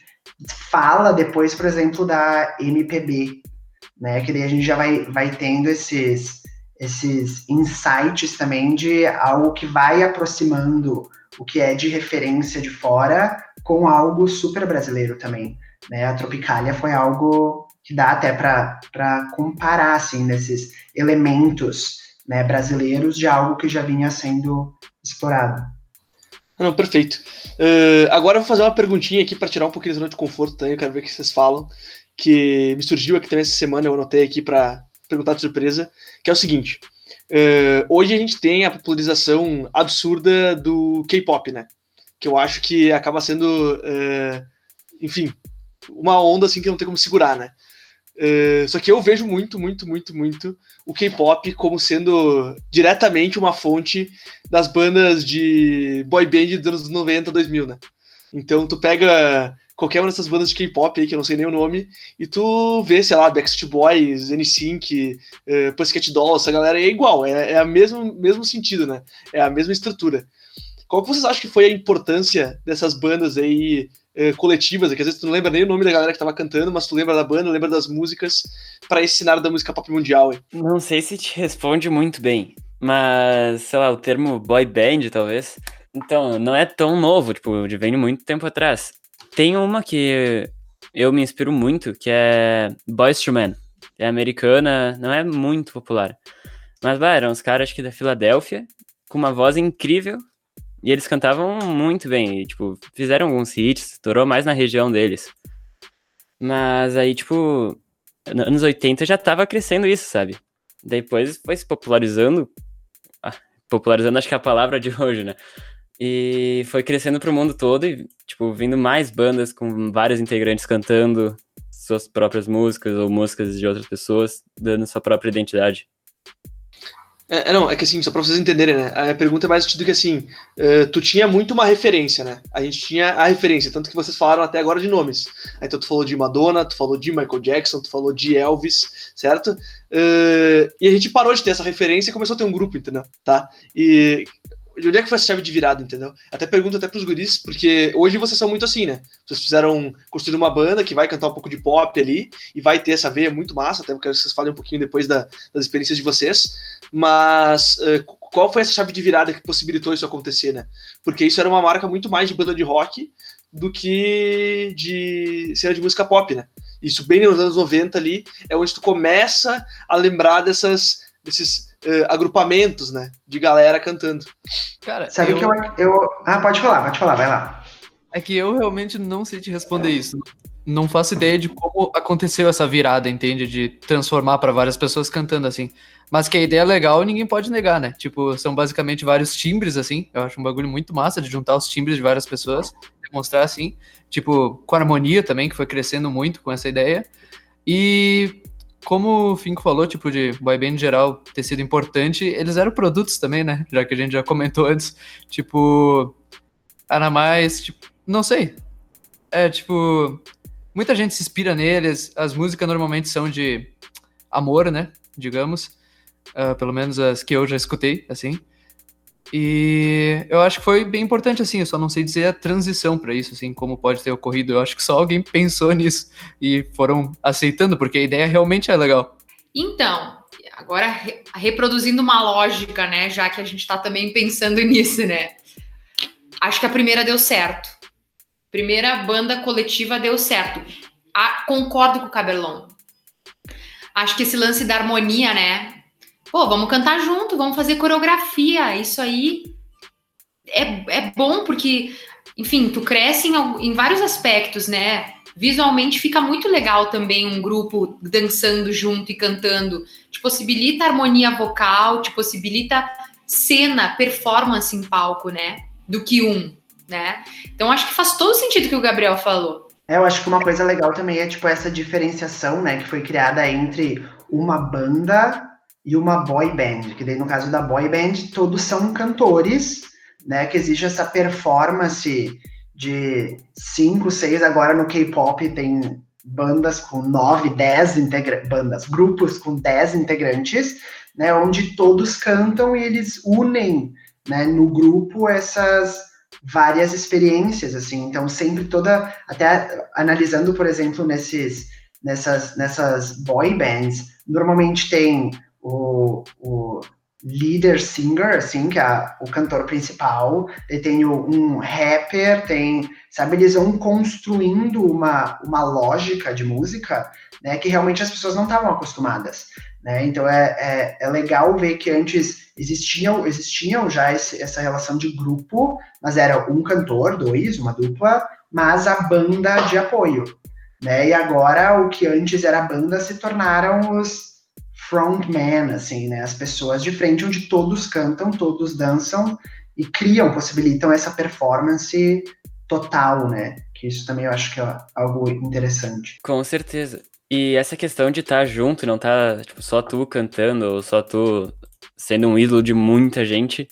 fala depois, por exemplo, da M P B, né, que daí a gente já vai, vai tendo esses, esses insights também de algo que vai aproximando o que é de referência de fora com algo super brasileiro também, né? A Tropicália foi algo que dá até para comparar, assim, nesses elementos, né, brasileiros de algo que já vinha sendo explorado. Não, perfeito. Uh, agora eu vou fazer uma perguntinha aqui para tirar um pouquinho da zona de conforto também, eu quero ver o que vocês falam, que me surgiu aqui também essa semana, eu anotei aqui para perguntar de surpresa, que é o seguinte, uh, hoje a gente tem a popularização absurda do K-pop, né? Que eu acho que acaba sendo, uh, enfim, uma onda assim que não tem como segurar, né? Uh, só que eu vejo muito, muito, muito, muito o K-pop como sendo diretamente uma fonte das bandas de boy band dos anos noventa, dois mil, né? Então tu pega qualquer uma dessas bandas de K-pop aí, que eu não sei nem o nome, e tu vê, sei lá, Backstreet Boys, N Sync, uh, Pussycat Dolls, essa galera é igual, é, é a mesmo, mesmo sentido, né? É a mesma estrutura. Qual que vocês acham que foi a importância dessas bandas aí eh, coletivas, que às vezes tu não lembra nem o nome da galera que tava cantando, mas tu lembra da banda, lembra das músicas, para esse cenário da música pop mundial? Hein? Não sei se te responde muito bem, mas, sei lá, o termo boy band, talvez. Então, não é tão novo, tipo, vem de muito tempo atrás. Tem uma que eu me inspiro muito, que é Boyz two Men. É americana, não é muito popular. Mas, bah, eram uns caras, acho que da Filadélfia, com uma voz incrível, e eles cantavam muito bem, e, tipo, fizeram alguns hits, estourou mais na região deles. Mas aí, tipo, nos anos oitenta já tava crescendo isso, sabe? Depois foi se popularizando, ah, popularizando acho que é a palavra de hoje, né? E foi crescendo pro mundo todo e, tipo, vindo mais bandas com vários integrantes cantando suas próprias músicas ou músicas de outras pessoas, dando sua própria identidade. É, não, é que assim, só pra vocês entenderem, né? A pergunta é mais sentido que assim, uh, tu tinha muito uma referência, né? A gente tinha a referência, tanto que vocês falaram até agora de nomes. Então tu falou de Madonna, tu falou de Michael Jackson, tu falou de Elvis, certo? Uh, e a gente parou de ter essa referência e começou a ter um grupo, entendeu? Tá? E de onde é que foi essa chave de virada, entendeu? Até pergunto até pros guris, porque hoje vocês são muito assim, né? Vocês fizeram, construir uma banda que vai cantar um pouco de pop ali, e vai ter essa veia muito massa, até quero que vocês falem um pouquinho depois da, das experiências de vocês, mas uh, qual foi essa chave de virada que possibilitou isso acontecer, né? Porque isso era uma marca muito mais de banda de rock do que de cena de música pop, né? Isso bem nos anos noventa ali, é onde tu começa a lembrar dessas, desses uh, agrupamentos, né? De galera cantando. Cara, Sabe eu... que eu, eu. Ah, pode falar, pode falar, vai lá. É que eu realmente não sei te responder isso. Não faço ideia de como aconteceu essa virada, entende? De transformar para várias pessoas cantando assim. Mas que a ideia é legal, ninguém pode negar, né? Tipo, são basicamente vários timbres, assim. Eu acho um bagulho muito massa de juntar os timbres de várias pessoas, demonstrar assim. Tipo, com a harmonia também, que foi crescendo muito com essa ideia. E como o Finco falou, tipo, de boy band em geral ter sido importante, eles eram produtos também, né? Já que a gente já comentou antes. Tipo, era mais, tipo, não sei. É, tipo, muita gente se inspira neles. As músicas normalmente são de amor, né? Digamos. Uh, pelo menos as que eu já escutei, assim. E eu acho que foi bem importante, assim. Eu só não sei dizer a transição pra isso, assim, como pode ter ocorrido. Eu acho que só alguém pensou nisso e foram aceitando, porque a ideia realmente é legal. Então, agora re- reproduzindo uma lógica, né? Já que a gente tá também pensando nisso, né? Acho que a primeira deu certo. Primeira banda coletiva deu certo. Ah, concordo com o Cabelão. Acho que esse lance da harmonia, né? Pô, vamos cantar junto, vamos fazer coreografia. Isso aí é, é bom porque, enfim, tu cresce em, em vários aspectos, né? Visualmente fica muito legal também um grupo dançando junto e cantando. Te possibilita harmonia vocal, te possibilita cena, performance em palco, né? Do que um, né? Então acho que faz todo sentido o que o Gabriel falou. É, eu acho que uma coisa legal também é, tipo, essa diferenciação, né, que foi criada entre uma banda e uma boy band, que daí no caso da boy band todos são cantores, né, que existe essa performance de cinco, seis, agora no K-pop tem bandas com nove, dez integrantes, bandas, grupos com dez integrantes, né, onde todos cantam e eles unem, né, no grupo essas várias experiências, assim, então sempre toda, até analisando, por exemplo, nesses, nessas, nessas boy bands, normalmente tem o, o leader singer, assim, que é o cantor principal, e tem o, um rapper, tem, sabe, eles vão construindo uma, uma lógica de música, né, que realmente as pessoas não estavam acostumadas, né, então é, é, é legal ver que antes existiam, existiam já esse, essa relação de grupo, mas era um cantor, dois, uma dupla, mas a banda de apoio, né, e agora o que antes era a banda se tornaram os frontman, assim, né, as pessoas de frente onde todos cantam, todos dançam e criam, possibilitam essa performance total, né, que isso também eu acho que é algo interessante. Com certeza. E essa questão de estar junto, não estar tipo, só tu cantando ou só tu sendo um ídolo de muita gente,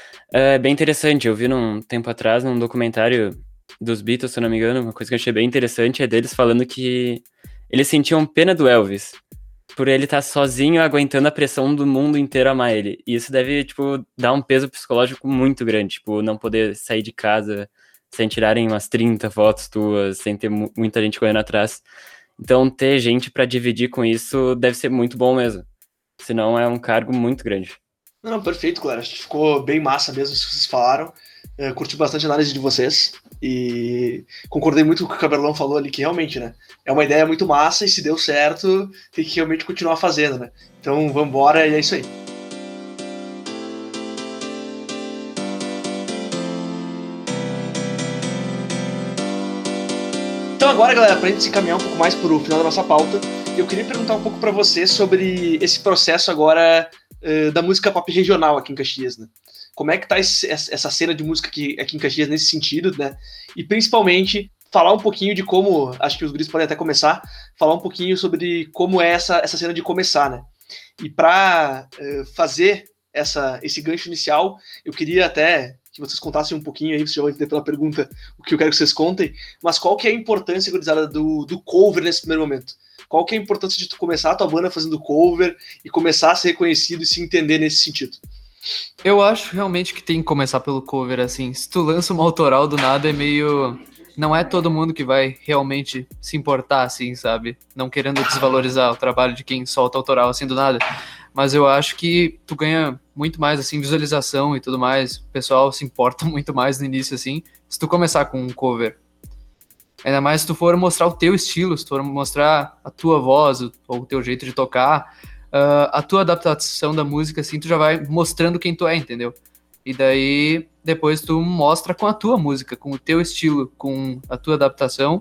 é bem interessante. Eu vi num tempo atrás, num documentário dos Beatles, se eu não me engano, uma coisa que eu achei bem interessante é deles falando que eles sentiam pena do Elvis por ele estar sozinho aguentando a pressão do mundo inteiro amar ele. E isso deve, tipo, dar um peso psicológico muito grande, tipo, não poder sair de casa sem tirarem umas trinta fotos tuas, sem ter mu- muita gente correndo atrás. Então, ter gente pra dividir com isso deve ser muito bom mesmo. Senão é um cargo muito grande. Não, não, perfeito, Clara. Acho que ficou bem massa mesmo isso que vocês falaram. Uh, curti bastante a análise de vocês. E concordei muito com o que o Cabelão falou ali, que realmente, né? É uma ideia muito massa e se deu certo, tem que realmente continuar fazendo, né? Então, vambora e é isso aí. Então agora, galera, pra gente se encaminhar um pouco mais pro final da nossa pauta, eu queria perguntar um pouco pra você sobre esse processo agora uh, da música pop regional aqui em Caxias, né? como é que tá esse, essa cena de música aqui, aqui em Caxias nesse sentido, né? E principalmente falar um pouquinho de como, acho que os guris podem até começar, falar um pouquinho sobre como é essa, essa cena de começar, né? E para uh, fazer essa, esse gancho inicial, eu queria até que vocês contassem um pouquinho aí, vocês já vão entender pela pergunta o que eu quero que vocês contem, mas qual que é a importância, gurizada, do, do cover nesse primeiro momento? Qual que é a importância de tu começar a tua banda fazendo cover e começar a ser reconhecido e se entender nesse sentido? Eu acho realmente que tem que começar pelo cover, assim. Se tu lança uma autoral do nada, é meio... Não é todo mundo que vai realmente se importar, assim, sabe? Não querendo desvalorizar o trabalho de quem solta autoral, assim, do nada. Mas eu acho que tu ganha muito mais, assim, visualização e tudo mais. O pessoal se importa muito mais no início, assim, se tu começar com um cover. Ainda mais se tu for mostrar o teu estilo, se tu for mostrar a tua voz ou o teu jeito de tocar, uh, a tua adaptação da música, assim, tu já vai mostrando quem tu é, entendeu? E daí, depois tu mostra com a tua música, com o teu estilo, com a tua adaptação,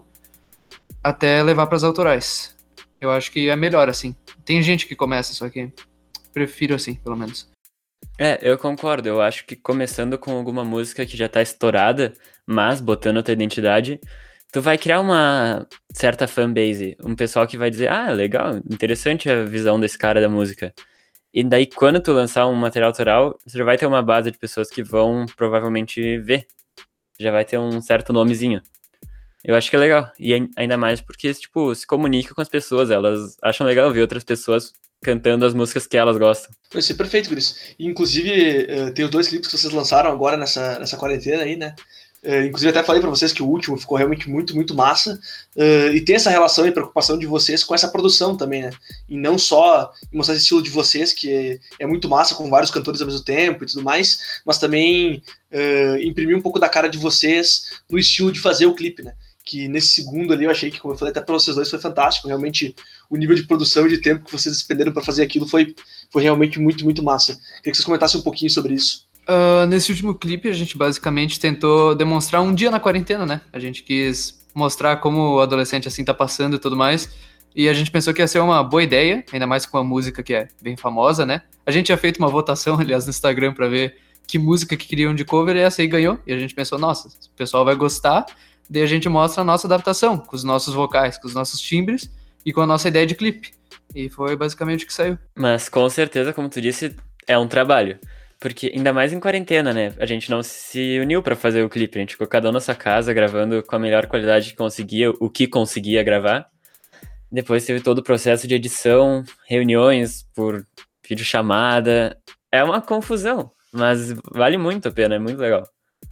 até levar pras autorais. Eu acho que é melhor, assim. Tem gente que começa, só que prefiro assim, pelo menos. É, eu concordo. Eu acho que começando com alguma música que já tá estourada, mas botando a tua identidade, tu vai criar uma certa fanbase. Um pessoal que vai dizer, ah, legal, interessante a visão desse cara da música. E daí, quando tu lançar um material autoral, você já vai ter uma base de pessoas que vão provavelmente ver. Já vai ter um certo nomezinho. Eu acho que é legal. E ainda mais porque, tipo, se comunica com as pessoas. Elas acham legal ver outras pessoas cantando as músicas que elas gostam. Vai ser perfeito, Gris. Inclusive, tem os dois clipes que vocês lançaram agora nessa, nessa quarentena aí, né? Uh, inclusive até falei pra vocês que o último ficou realmente muito, muito massa, uh, e tem essa relação e preocupação de vocês com essa produção também, né, e não só mostrar esse estilo de vocês, que é, é muito massa, com vários cantores ao mesmo tempo e tudo mais, mas também uh, imprimir um pouco da cara de vocês no estilo de fazer o clipe, né, que nesse segundo ali eu achei que, como eu falei até pra vocês dois, foi fantástico, realmente o nível de produção e de tempo que vocês despenderam pra fazer aquilo foi, foi realmente muito, muito massa. Queria que vocês comentassem um pouquinho sobre isso. Uh, nesse último clipe, a gente basicamente tentou demonstrar um dia na quarentena, né? A gente quis mostrar como o adolescente assim tá passando e tudo mais. E a gente pensou que ia ser uma boa ideia, ainda mais com a música que é bem famosa, né? A gente tinha feito uma votação, aliás, no Instagram pra ver que música que queriam de cover, e essa aí ganhou. E a gente pensou, nossa, o pessoal vai gostar. Daí a gente mostra a nossa adaptação, com os nossos vocais, com os nossos timbres e com a nossa ideia de clipe. E foi basicamente o que saiu. Mas com certeza, como tu disse, é um trabalho. Porque ainda mais em quarentena, né? A gente não se uniu pra fazer o clipe. A gente ficou cada um na sua casa, gravando com a melhor qualidade que conseguia, o que conseguia gravar. Depois teve todo o processo de edição, reuniões por videochamada. É uma confusão, mas vale muito a pena, é muito legal.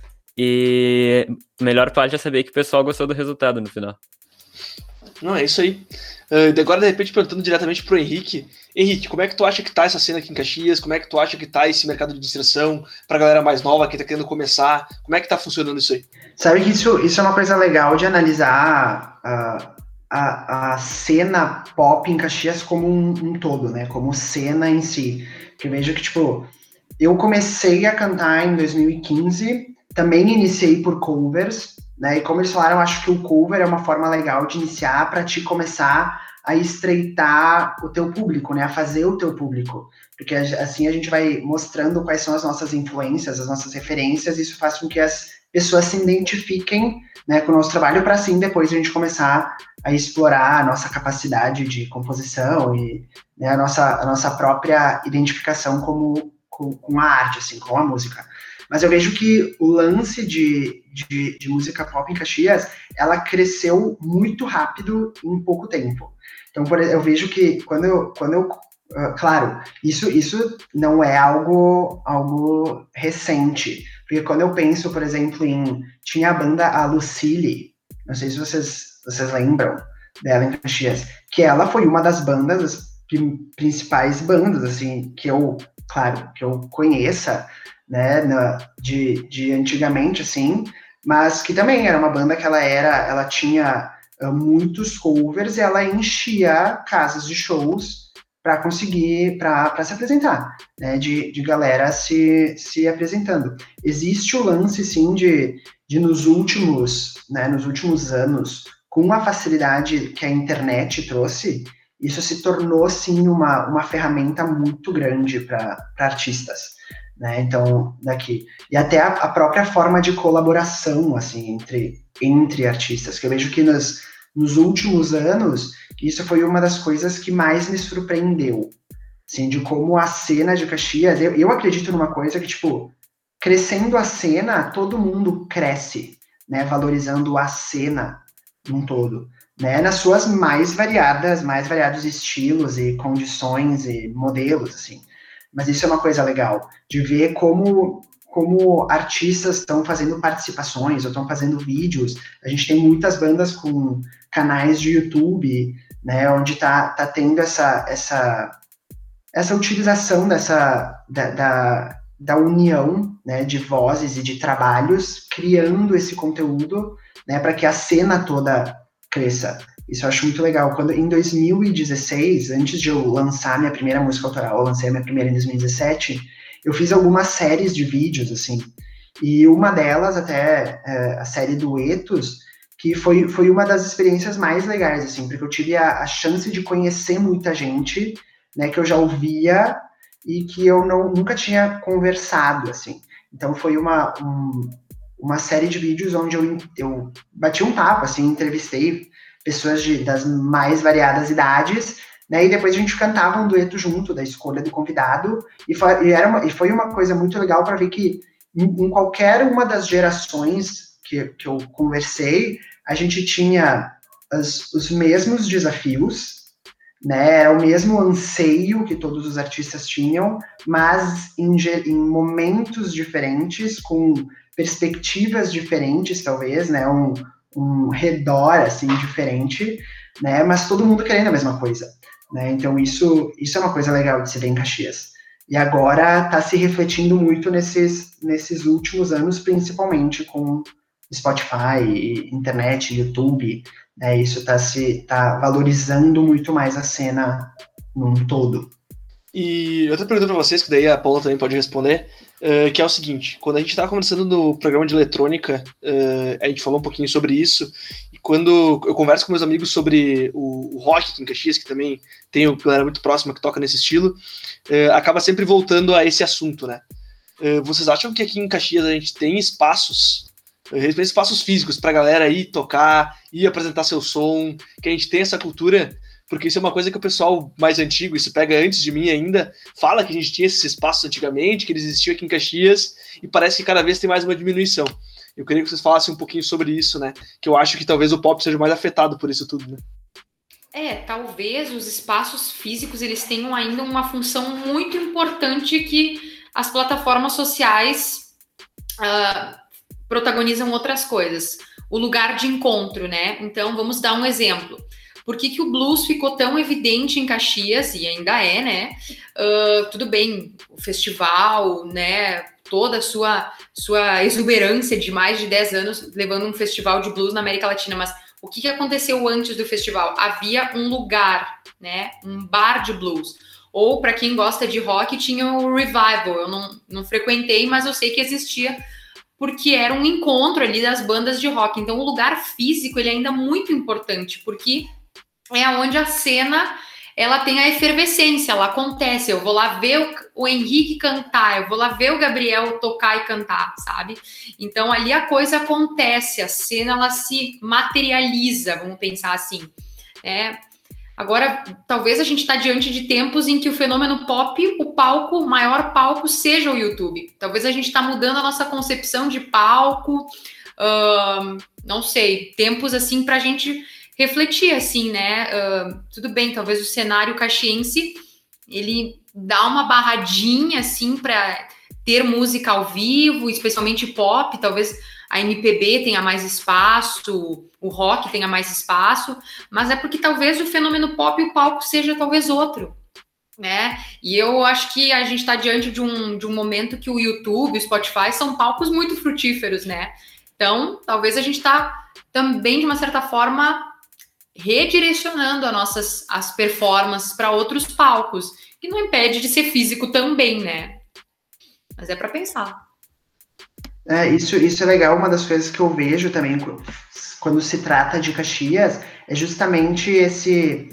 E a melhor parte é saber que o pessoal gostou do resultado no final. Não, é isso aí. Uh, agora, de repente, perguntando diretamente pro Henrique. Henrique, como é que tu acha que tá essa cena aqui em Caxias? Como é que tu acha que tá esse mercado de inserção pra galera mais nova que tá querendo começar? Como é que tá funcionando isso aí? Sabe que isso, isso é uma coisa legal de analisar a, a, a cena pop em Caxias como um, um todo, né? Como cena em si. Que eu vejo que, tipo, eu comecei a cantar em dois mil e quinze, também iniciei por covers, né? E como eles falaram, acho que o cover é uma forma legal de iniciar para te começar a estreitar o teu público, né? A fazer o teu público. Porque assim a gente vai mostrando quais são as nossas influências, as nossas referências, e isso faz com que as pessoas se identifiquem, né, com o nosso trabalho, para assim depois a gente começar a explorar a nossa capacidade de composição e, né, a, nossa, a nossa própria identificação como, com, com a arte, assim, com a música. Mas eu vejo que o lance de, de, de música pop em Caxias, ela cresceu muito rápido em pouco tempo. Então, por, eu vejo que quando eu, quando eu uh, claro, isso, isso não é algo, algo recente. Porque quando eu penso, por exemplo, em... Tinha a banda a Lucille, não sei se vocês, vocês lembram dela em Caxias, que ela foi uma das bandas, das principais bandas, assim, que eu, claro, que eu conheça, né, na, de, de antigamente, assim, mas que também era uma banda que ela era, ela tinha uh, muitos covers e ela enchia casas de shows para conseguir, para se apresentar, né, de, de galera se, se apresentando. Existe o lance, sim, de, de nos últimos, né, nos últimos anos, com a facilidade que a internet trouxe, isso se tornou, sim, uma, uma ferramenta muito grande para artistas. né? Então, daqui. E até a, a própria forma de colaboração, assim, entre, entre artistas, que eu vejo que nos, nos últimos anos, isso foi uma das coisas que mais me surpreendeu, assim, de como a cena de Caxias, eu, eu acredito numa coisa que, tipo, crescendo a cena, todo mundo cresce, né? Valorizando a cena num todo, né? Nas suas mais variadas, mais variados estilos e condições e modelos, assim. Mas isso é uma coisa legal, de ver como, como artistas estão fazendo participações ou estão fazendo vídeos. A gente tem muitas bandas com canais de YouTube, né, onde tá, tá tendo essa, essa, essa utilização dessa, da, da, da união, né, de vozes e de trabalhos, criando esse conteúdo, né, para que a cena toda cresça. Isso eu acho muito legal. Quando, em dois mil e dezesseis, antes de eu lançar minha primeira música autoral, eu lancei a minha primeira em dois mil e dezessete, eu fiz algumas séries de vídeos, assim, e uma delas, até é, a série Duetos, que foi, foi uma das experiências mais legais, assim, porque eu tive a, a chance de conhecer muita gente, né, que eu já ouvia e que eu não, nunca tinha conversado, assim. Então foi uma, um, uma série de vídeos onde eu, eu bati um papo, assim, entrevistei pessoas de, das mais variadas idades, né, e depois a gente cantava um dueto junto da escolha do convidado, e foi, e era uma, e foi uma coisa muito legal para ver que em, em qualquer uma das gerações que, que eu conversei, a gente tinha as, os mesmos desafios, né, era o mesmo anseio que todos os artistas tinham, mas em, em momentos diferentes, com perspectivas diferentes, talvez, né, um um redor, assim, diferente, né, mas todo mundo querendo a mesma coisa, né, então isso, isso é uma coisa legal de se ver em Caxias. E agora tá se refletindo muito nesses, nesses últimos anos, principalmente com Spotify, internet, YouTube, né, isso tá, se, tá valorizando muito mais a cena num todo. E outra pergunta para vocês, que daí a Paula também pode responder, uh, que é o seguinte: quando a gente estava conversando no programa de eletrônica, uh, a gente falou um pouquinho sobre isso, e quando eu converso com meus amigos sobre o, o rock aqui em Caxias, que também tem uma galera muito próxima que toca nesse estilo, uh, acaba sempre voltando a esse assunto, né? Uh, vocês acham que aqui em Caxias a gente tem espaços, uh, espaços físicos para a galera ir tocar, ir apresentar seu som, que a gente tem essa cultura? Porque isso é uma coisa que o pessoal mais antigo, isso pega antes de mim ainda, fala que a gente tinha esses espaços antigamente, que eles existiam aqui em Caxias, e parece que cada vez tem mais uma diminuição. Eu queria que vocês falassem um pouquinho sobre isso, né? Que eu acho que talvez o pop seja mais afetado por isso tudo, né? É, talvez os espaços físicos, eles tenham ainda uma função muito importante que as plataformas sociais uh, protagonizam outras coisas. O lugar de encontro, né? Então, vamos dar um exemplo. Por que que o blues ficou tão evidente em Caxias, e ainda é, né? Uh, tudo bem, o festival, né? Toda a sua, sua exuberância de mais de dez anos levando um festival de blues na América Latina, mas o que que aconteceu antes do festival? Havia um lugar, né? Um bar de blues. Ou, para quem gosta de rock, tinha o Revival. Eu não, não frequentei, mas eu sei que existia, porque era um encontro ali das bandas de rock. Então, o lugar físico, ele é ainda muito importante, porque é onde a cena, ela tem a efervescência, ela acontece. Eu vou lá ver o, o Henrique cantar, eu vou lá ver o Gabriel tocar e cantar, sabe? Então, ali a coisa acontece, a cena, ela se materializa, vamos pensar assim. É, agora, talvez a gente está diante de tempos em que o fenômeno pop, o palco, o maior palco, seja o YouTube. Talvez a gente está mudando a nossa concepção de palco, uh, não sei, tempos assim para a gente refletir, assim, né? Uh, tudo bem, talvez o cenário caxiense, ele dá uma barradinha, assim, para ter música ao vivo, especialmente pop, talvez a M P B tenha mais espaço, o rock tenha mais espaço, mas é porque talvez o fenômeno pop e o palco seja talvez outro, né? E eu acho que a gente está diante de um, de um momento que o YouTube, o Spotify são palcos muito frutíferos, né? Então, talvez a gente está também, de uma certa forma, redirecionando as nossas as performances para outros palcos, que não impede de ser físico também, né? Mas é para pensar. É, isso, isso é legal. Uma das coisas que eu vejo também quando se trata de Caxias é justamente esse,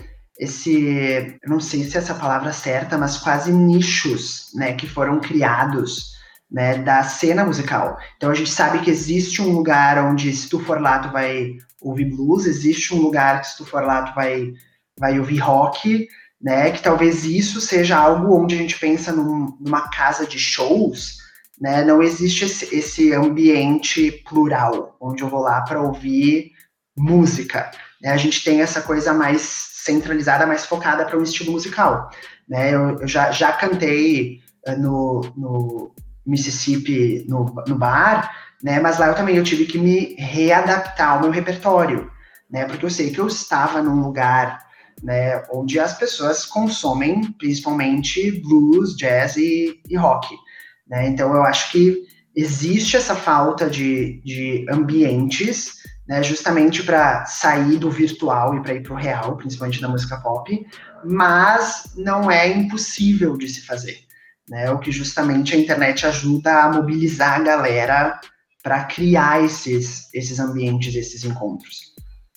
esse, eu não sei se é essa palavra certa, mas quase nichos, né, que foram criados né, da cena musical. Então a gente sabe que existe um lugar onde se tu for lá tu vai ouvir blues, existe um lugar que se tu for lá tu vai, vai ouvir rock, né, que talvez isso seja algo onde a gente pensa num, numa casa de shows, né, não existe esse, esse ambiente plural, onde eu vou lá para ouvir música, né, a gente tem essa coisa mais centralizada, mais focada para um estilo musical, né, eu, eu já, já cantei no, no Mississippi, no, no bar, né, mas lá eu também eu tive que me readaptar ao meu repertório, né, porque eu sei que eu estava num lugar, né, onde as pessoas consomem principalmente blues, jazz e, e rock, né, então eu acho que existe essa falta de, de ambientes, né, justamente para sair do virtual e para ir para o real, principalmente na música pop, mas não é impossível de se fazer, né, o que justamente a internet ajuda a mobilizar a galera para criar esses, esses ambientes, esses encontros.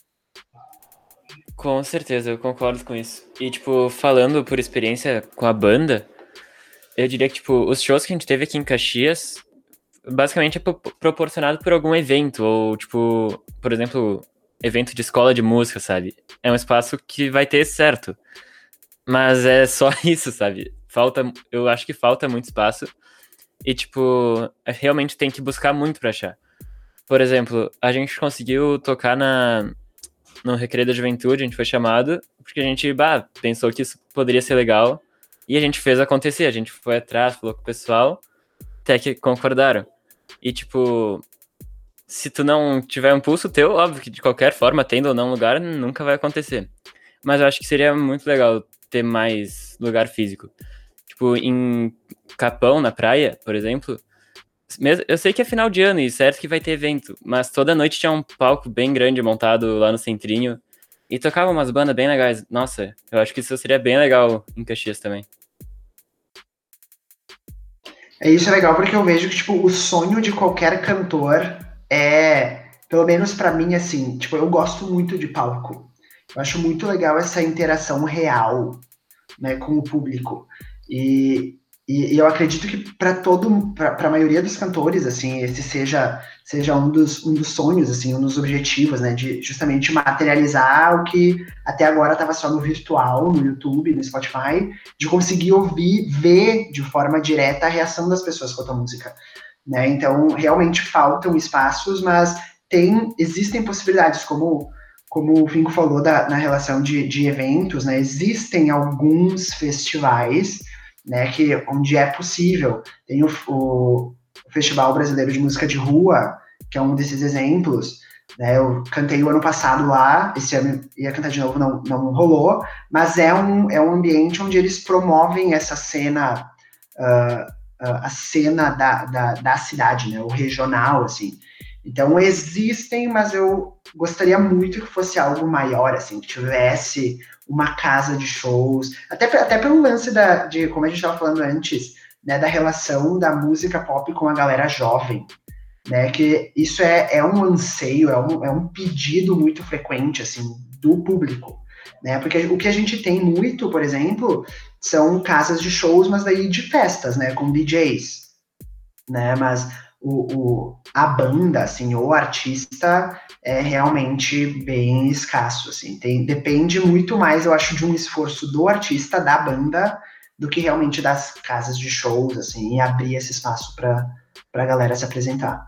Com certeza, eu concordo com isso. E, tipo, falando por experiência com a banda, eu diria que, tipo, os shows que a gente teve aqui em Caxias, basicamente é pro- proporcionado por algum evento, ou, tipo, por exemplo, evento de escola de música, sabe? É um espaço que vai ter certo. Mas é só isso, sabe? Falta, eu acho que falta muito espaço. E, tipo, realmente tem que buscar muito pra achar. Por exemplo, a gente conseguiu tocar na, no Recreio da Juventude, a gente foi chamado, porque a gente, bah, pensou que isso poderia ser legal. E a gente fez acontecer, a gente foi atrás, falou com o pessoal, até que concordaram. E, tipo, se tu não tiver um pulso teu, óbvio que de qualquer forma, tendo ou não lugar, nunca vai acontecer. Mas eu acho que seria muito legal ter mais lugar físico. Tipo, em Capão, na praia, por exemplo, mesmo, eu sei que é final de ano e certo que vai ter evento, mas toda noite tinha um palco bem grande montado lá no centrinho e tocava umas bandas bem legais. Nossa, eu acho que isso seria bem legal em Caxias também. É, isso é legal porque eu vejo que, tipo, o sonho de qualquer cantor é, pelo menos pra mim, assim, tipo, eu gosto muito de palco. Eu acho muito legal essa interação real, né, com o público. E, e, e eu acredito que para todo, para a maioria dos cantores, assim, esse seja, seja um, dos, um dos sonhos, assim, um dos objetivos, né, de justamente materializar o que até agora estava só no virtual, no YouTube, no Spotify, de conseguir ouvir, ver de forma direta a reação das pessoas com a tua música, né? Então, realmente faltam espaços, mas tem, existem possibilidades, como como o Vinco falou da, na relação de, de eventos, né, existem alguns festivais, né, que, onde é possível. Tem o, o Festival Brasileiro de Música de Rua, que é um desses exemplos, né, eu cantei o ano passado lá, esse ano ia cantar de novo, não, não rolou, mas é um, é um ambiente onde eles promovem essa cena, uh, uh, a cena da, da, da cidade, né, o regional, assim. Então existem, mas eu gostaria muito que fosse algo maior, assim, que tivesse uma casa de shows, até, até pelo lance da, de, como a gente estava falando antes, né, da relação da música pop com a galera jovem, né, que isso é, é um anseio, é um, é um pedido muito frequente, assim, do público, né, porque o que a gente tem muito, por exemplo, são casas de shows, mas daí de festas, né, com D Js, né, mas O, o, a banda, assim, o artista é realmente bem escasso, assim, tem, depende muito mais, eu acho, de um esforço do artista, da banda, do que realmente das casas de shows, assim, e abrir esse espaço para a galera se apresentar.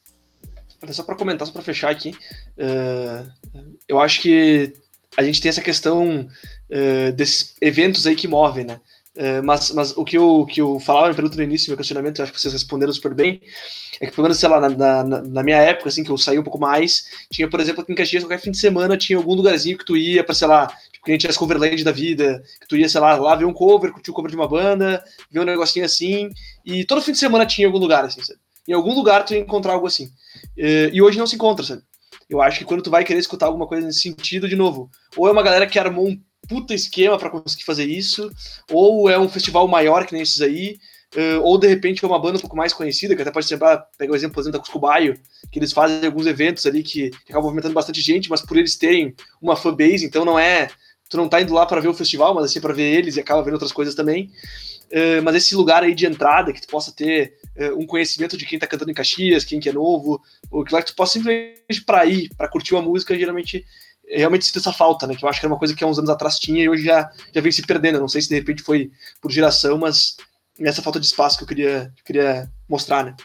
Só para comentar, só para fechar aqui, uh, eu acho que a gente tem essa questão uh, desses eventos aí que movem, né? Uh, mas, mas o que eu, que eu falava na pergunta no início, meu questionamento, eu acho que vocês responderam super bem, é que, pelo menos, sei lá, na, na, na minha época, assim, que eu saí um pouco mais, tinha, por exemplo, aqui em Caxias, qualquer fim de semana, tinha algum lugarzinho que tu ia pra, sei lá, tipo, que a gente tinha as coverland da vida, que tu ia, sei lá, lá ver um cover, curtir o cover de uma banda, ver um negocinho assim, e todo fim de semana tinha algum lugar, assim, sabe? Em algum lugar tu ia encontrar algo assim. Uh, e hoje não se encontra, sabe? Eu acho que quando tu vai querer escutar alguma coisa nesse sentido, de novo, ou é uma galera que armou um puta esquema pra conseguir fazer isso, ou é um festival maior que nem esses aí, uh, ou de repente é uma banda um pouco mais conhecida, que até pode ser, ah, pega o exemplo, por exemplo, da Cusco Baio, que eles fazem alguns eventos ali que, que acabam movimentando bastante gente, mas por eles terem uma fanbase, então não é, tu não tá indo lá pra ver o festival, mas assim, pra ver eles e acaba vendo outras coisas também. uh, mas esse lugar aí de entrada, que tu possa ter uh, um conhecimento de quem tá cantando em Caxias, quem que é novo, ou que lá que tu possa simplesmente pra ir, pra curtir uma música, geralmente, realmente sinto essa falta, né, que eu acho que era uma coisa que há uns anos atrás tinha e hoje já, já vem se perdendo, não sei se de repente foi por geração, mas essa falta de espaço que eu queria, que eu queria mostrar, né.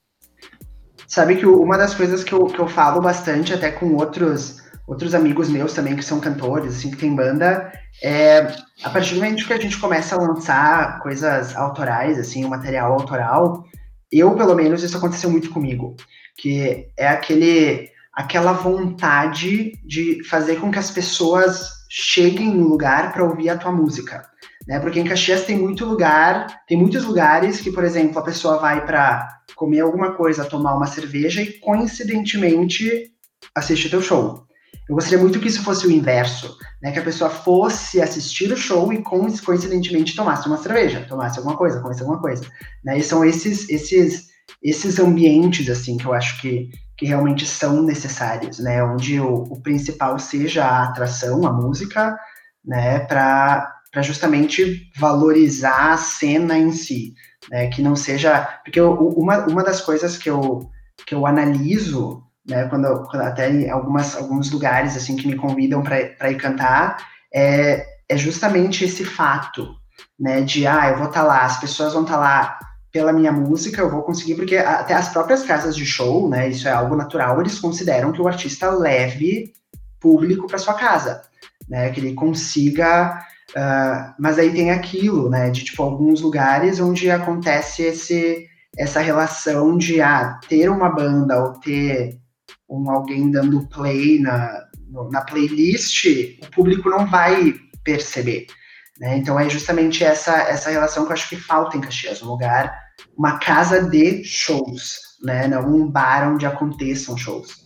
Sabe que uma das coisas que eu, que eu falo bastante, até com outros, outros amigos meus também, que são cantores, assim, que tem banda, é, a partir do momento que a gente começa a lançar coisas autorais, assim, um material autoral, eu, pelo menos, isso aconteceu muito comigo, que é aquele, aquela vontade de fazer com que as pessoas cheguem no lugar para ouvir a tua música, né? Porque em Caxias tem muito lugar, tem muitos lugares que, por exemplo, a pessoa vai para comer alguma coisa, tomar uma cerveja e, coincidentemente, assistir teu show. Eu gostaria muito que isso fosse o inverso, né? Que a pessoa fosse assistir o show e, coincidentemente, tomasse uma cerveja, tomasse alguma coisa, comesse alguma coisa, né? E são esses, esses, esses ambientes, assim, que eu acho que, que realmente são necessários, né? Onde o, o principal seja a atração, a música, né? Para para justamente valorizar a cena em si, né, que não seja, porque eu, uma, uma das coisas que eu, que eu analiso, né, quando, eu, quando até em algumas, alguns lugares, assim, que me convidam para ir cantar, é, é justamente esse fato, né, de, ah, eu vou estar tá lá, as pessoas vão estar tá lá pela minha música, eu vou conseguir, porque até as próprias casas de show, né, isso é algo natural, eles consideram que o artista leve público para sua casa, né, que ele consiga... Uh, mas aí tem aquilo, né, de tipo alguns lugares onde acontece esse, essa relação de ah, ter uma banda ou ter um, alguém dando play na, no, na playlist, o público não vai perceber, né? Então é justamente essa, essa relação que eu acho que falta em Caxias, um lugar, uma casa de shows, né, não um bar onde aconteçam shows.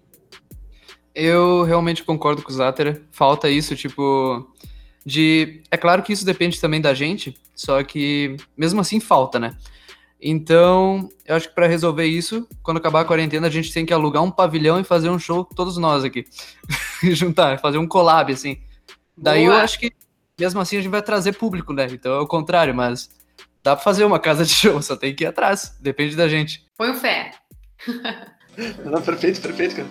Eu realmente concordo com o Zátera, falta isso, tipo... De, é claro que isso depende também da gente, só que mesmo assim falta, né? Então, eu acho que para resolver isso, quando acabar a quarentena, a gente tem que alugar um pavilhão e fazer um show todos nós aqui. Juntar, fazer um collab, assim. Daí Boa. Eu acho que, mesmo assim, a gente vai trazer público, né? Então é o contrário, mas dá pra fazer uma casa de show, só tem que ir atrás. Depende da gente. Põe o fé. Não, perfeito, perfeito, cara.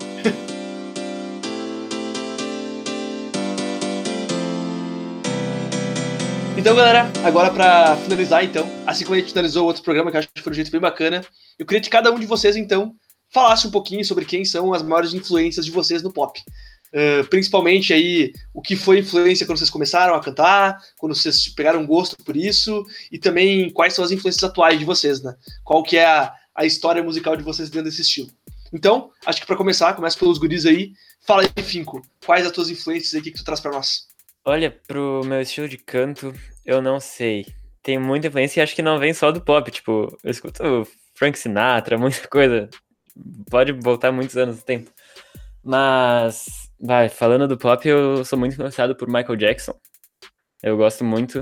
Então, galera, agora pra finalizar, então, assim como a gente finalizou o outro programa, que eu acho que foi um jeito bem bacana, eu queria que cada um de vocês, então, falasse um pouquinho sobre quem são as maiores influências de vocês no pop. Uh, principalmente aí, o que foi influência quando vocês começaram a cantar, quando vocês pegaram gosto por isso, e também quais são as influências atuais de vocês, né? Qual que é a, a história musical de vocês dentro desse estilo. Então, acho que pra começar, começa pelos guris aí. Fala aí, Finco, quais as tuas influências aí que tu traz pra nós? Olha, pro meu estilo de canto, eu não sei. Tem muita influência e acho que não vem só do pop. Tipo, eu escuto Frank Sinatra, muita coisa. Pode voltar muitos anos no tempo. Mas, vai, falando do pop, eu sou muito influenciado por Michael Jackson. Eu gosto muito.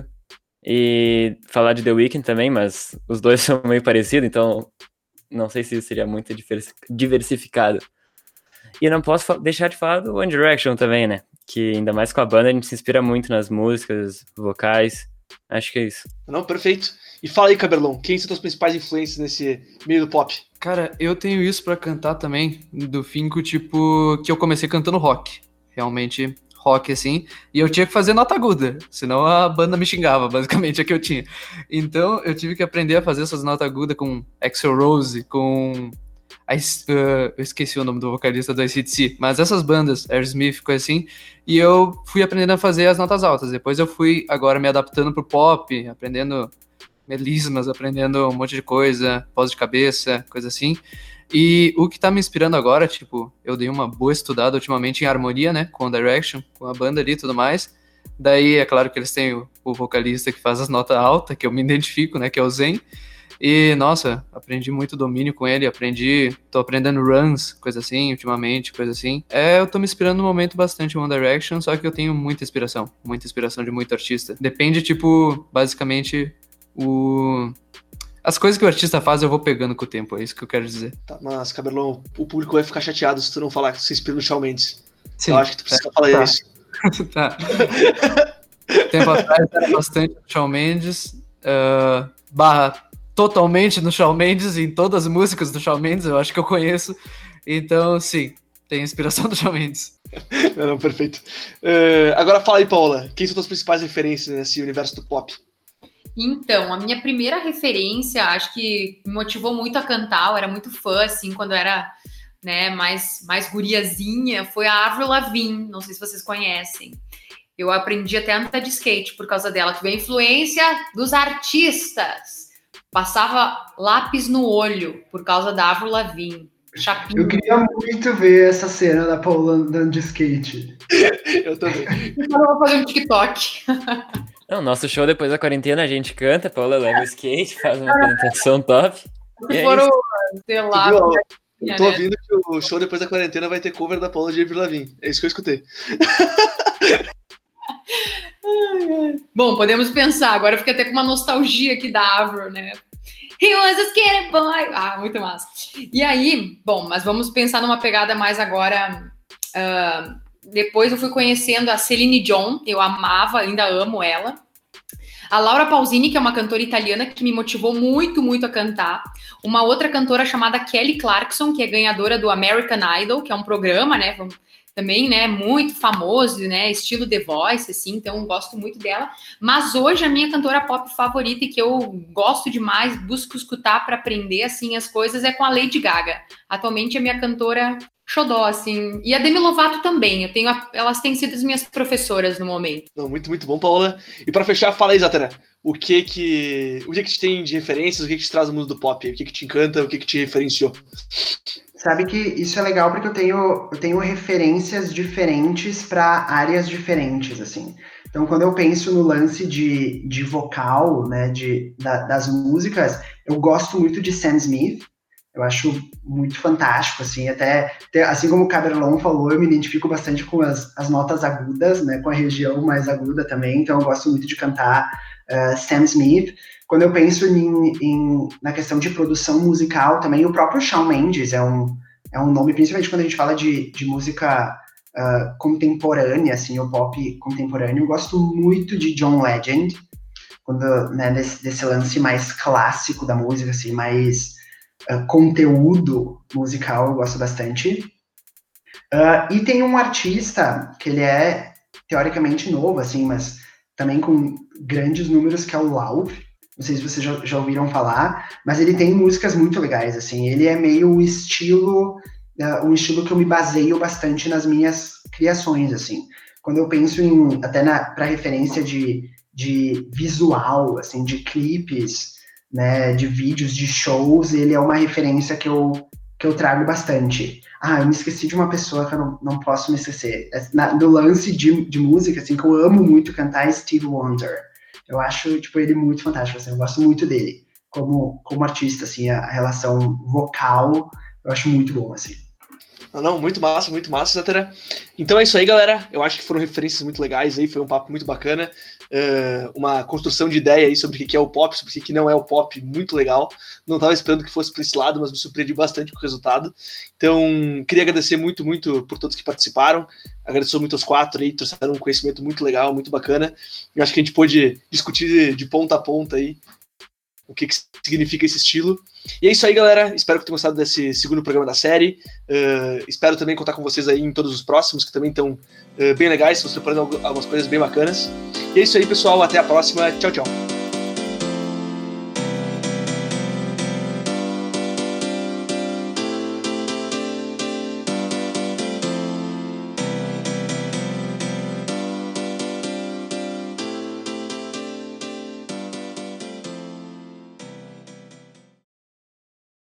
E falar de The Weeknd também, mas os dois são meio parecidos, então não sei se seria muito diversificado. E não posso deixar de falar do One Direction também, né? Que ainda mais com a banda a gente se inspira muito nas músicas, vocais. Acho que é isso. Não, perfeito. E fala aí, Caberlon, quem são as principais influências nesse meio do pop? Cara, eu tenho isso pra cantar também, do Finco, tipo, que eu comecei cantando rock. Realmente, rock, assim. E eu tinha que fazer nota aguda, senão a banda me xingava, basicamente, é que eu tinha. Então, eu tive que aprender a fazer essas notas agudas com Axl Rose, com... I, uh, eu esqueci o nome do vocalista do A C D C, mas essas bandas, Aerosmith, coisa assim, e eu fui aprendendo a fazer as notas altas. Depois eu fui agora me adaptando pro pop, aprendendo melismas, aprendendo um monte de coisa, voz de cabeça, coisa assim. E o que tá me inspirando agora, tipo, eu dei uma boa estudada ultimamente em harmonia, né, com o Direction, com a banda ali e tudo mais. Daí é claro que eles têm o, o vocalista que faz as notas altas, que eu me identifico, né, que é o Zen. E, nossa, aprendi muito domínio com ele, aprendi, tô aprendendo runs, coisa assim, ultimamente, coisa assim. É, eu tô me inspirando no momento bastante em One Direction, só que eu tenho muita inspiração, muita inspiração de muito artista. Depende, tipo, basicamente, o... as coisas que o artista faz eu vou pegando com o tempo, é isso que eu quero dizer. Tá, mas, Caberlon, o público vai ficar chateado se tu não falar que tu se inspira no Shawn Mendes. Sim. Eu acho que tu precisa tá, falar tá. isso. Tá. Tempo atrás era bastante Shawn Mendes. uh, barra totalmente no Shawn Mendes, em todas as músicas do Shawn Mendes, eu acho que eu conheço. Então, sim, tem inspiração do Shawn Mendes. Não, não, perfeito. Uh, agora fala aí, Paola, quem são as principais referências nesse universo do pop? Então, a minha primeira referência, acho que me motivou muito a cantar, eu era muito fã, assim, quando eu era, né, mais, mais guriazinha, foi a Avril Lavigne, não sei se vocês conhecem. Eu aprendi até a andar de skate por causa dela, tive a influência dos artistas. Passava lápis no olho por causa da Avril Lavigne. Chapinha. Eu queria muito ver essa cena da Paula andando de skate. Eu também. Eu vou fazer um TikTok. Não, nosso show depois da quarentena a gente canta, a Paula leva o skate, faz uma apresentação top. Se for o, sei lá... Eu, eu né? tô ouvindo que o show depois da quarentena vai ter cover da Paula de Avril Lavigne. É isso que eu escutei. Bom, podemos pensar. Agora eu fiquei até com uma nostalgia aqui da Avril, né? He was a skater boy. Ah, muito massa. E aí, bom, mas vamos pensar numa pegada mais agora... Uh, depois eu fui conhecendo a Celine Dion. Eu amava, ainda amo ela. A Laura Pausini, que é uma cantora italiana que me motivou muito, muito a cantar. Uma outra cantora chamada Kelly Clarkson, que é ganhadora do American Idol, que é um programa, né? Também, né, muito famoso, né, estilo The Voice, assim, então eu gosto muito dela. Mas hoje a minha cantora pop favorita e que eu gosto demais, busco escutar para aprender, assim, as coisas, é com a Lady Gaga. Atualmente é minha cantora xodó, assim. E a Demi Lovato também, eu tenho a, elas têm sido as minhas professoras no momento. Não, muito, muito bom, Paola. E para fechar, fala aí, Zatara, o que que, o que que te tem de referências, o que que te traz no mundo do pop, o que que te encanta, o que que te referenciou? Sabe que isso é legal porque eu tenho, eu tenho referências diferentes para áreas diferentes, assim. Então, quando eu penso no lance de, de vocal, né, de, da, das músicas, eu gosto muito de Sam Smith. Eu acho muito fantástico, assim, até, assim como o Caberlon falou, eu me identifico bastante com as, as notas agudas, né, com a região mais aguda também, então eu gosto muito de cantar uh, Sam Smith. Quando eu penso em, em, na questão de produção musical também, o próprio Shawn Mendes é um, é um nome, principalmente quando a gente fala de, de música uh, contemporânea, assim, o pop contemporâneo. Eu gosto muito de John Legend, quando, né, desse, desse lance mais clássico da música, assim, mais uh, conteúdo musical, eu gosto bastante. Uh, e tem um artista que ele é teoricamente novo, assim, mas também com grandes números, que é o Lauv. Não sei se vocês já, já ouviram falar, mas ele tem músicas muito legais, assim. Ele é meio o estilo, uh, um estilo que eu me baseio bastante nas minhas criações, assim. Quando eu penso em, até para referência de, de visual, assim, de clipes, né, de vídeos, de shows, ele é uma referência que eu, que eu trago bastante. Ah, eu me esqueci de uma pessoa que eu não, não posso me esquecer. Na, no lance de, de música, assim, que eu amo muito cantar, é Stevie Wonder. Eu acho, tipo, ele muito fantástico, assim, eu gosto muito dele como, como artista, assim, a, a relação vocal, eu acho muito bom, assim. Não, não, muito massa, muito massa, etcétera. Então é isso aí, galera, eu acho que foram referências muito legais aí, foi um papo muito bacana, uh, uma construção de ideia aí sobre o que é o pop, sobre o que não é o pop, muito legal. Não estava esperando que fosse para esse lado, mas me surpreendi bastante com o resultado. Então, queria agradecer muito, muito por todos que participaram. Agradeço muito aos quatro aí, trouxeram um conhecimento muito legal, muito bacana. Eu acho que a gente pôde discutir de, de ponta a ponta aí o que, que significa esse estilo. E é isso aí, galera. Espero que tenham gostado desse segundo programa da série. Uh, espero também contar com vocês aí em todos os próximos, que também estão uh, bem legais, estão se preparando algumas coisas bem bacanas. E é isso aí, pessoal. Até a próxima. Tchau, tchau.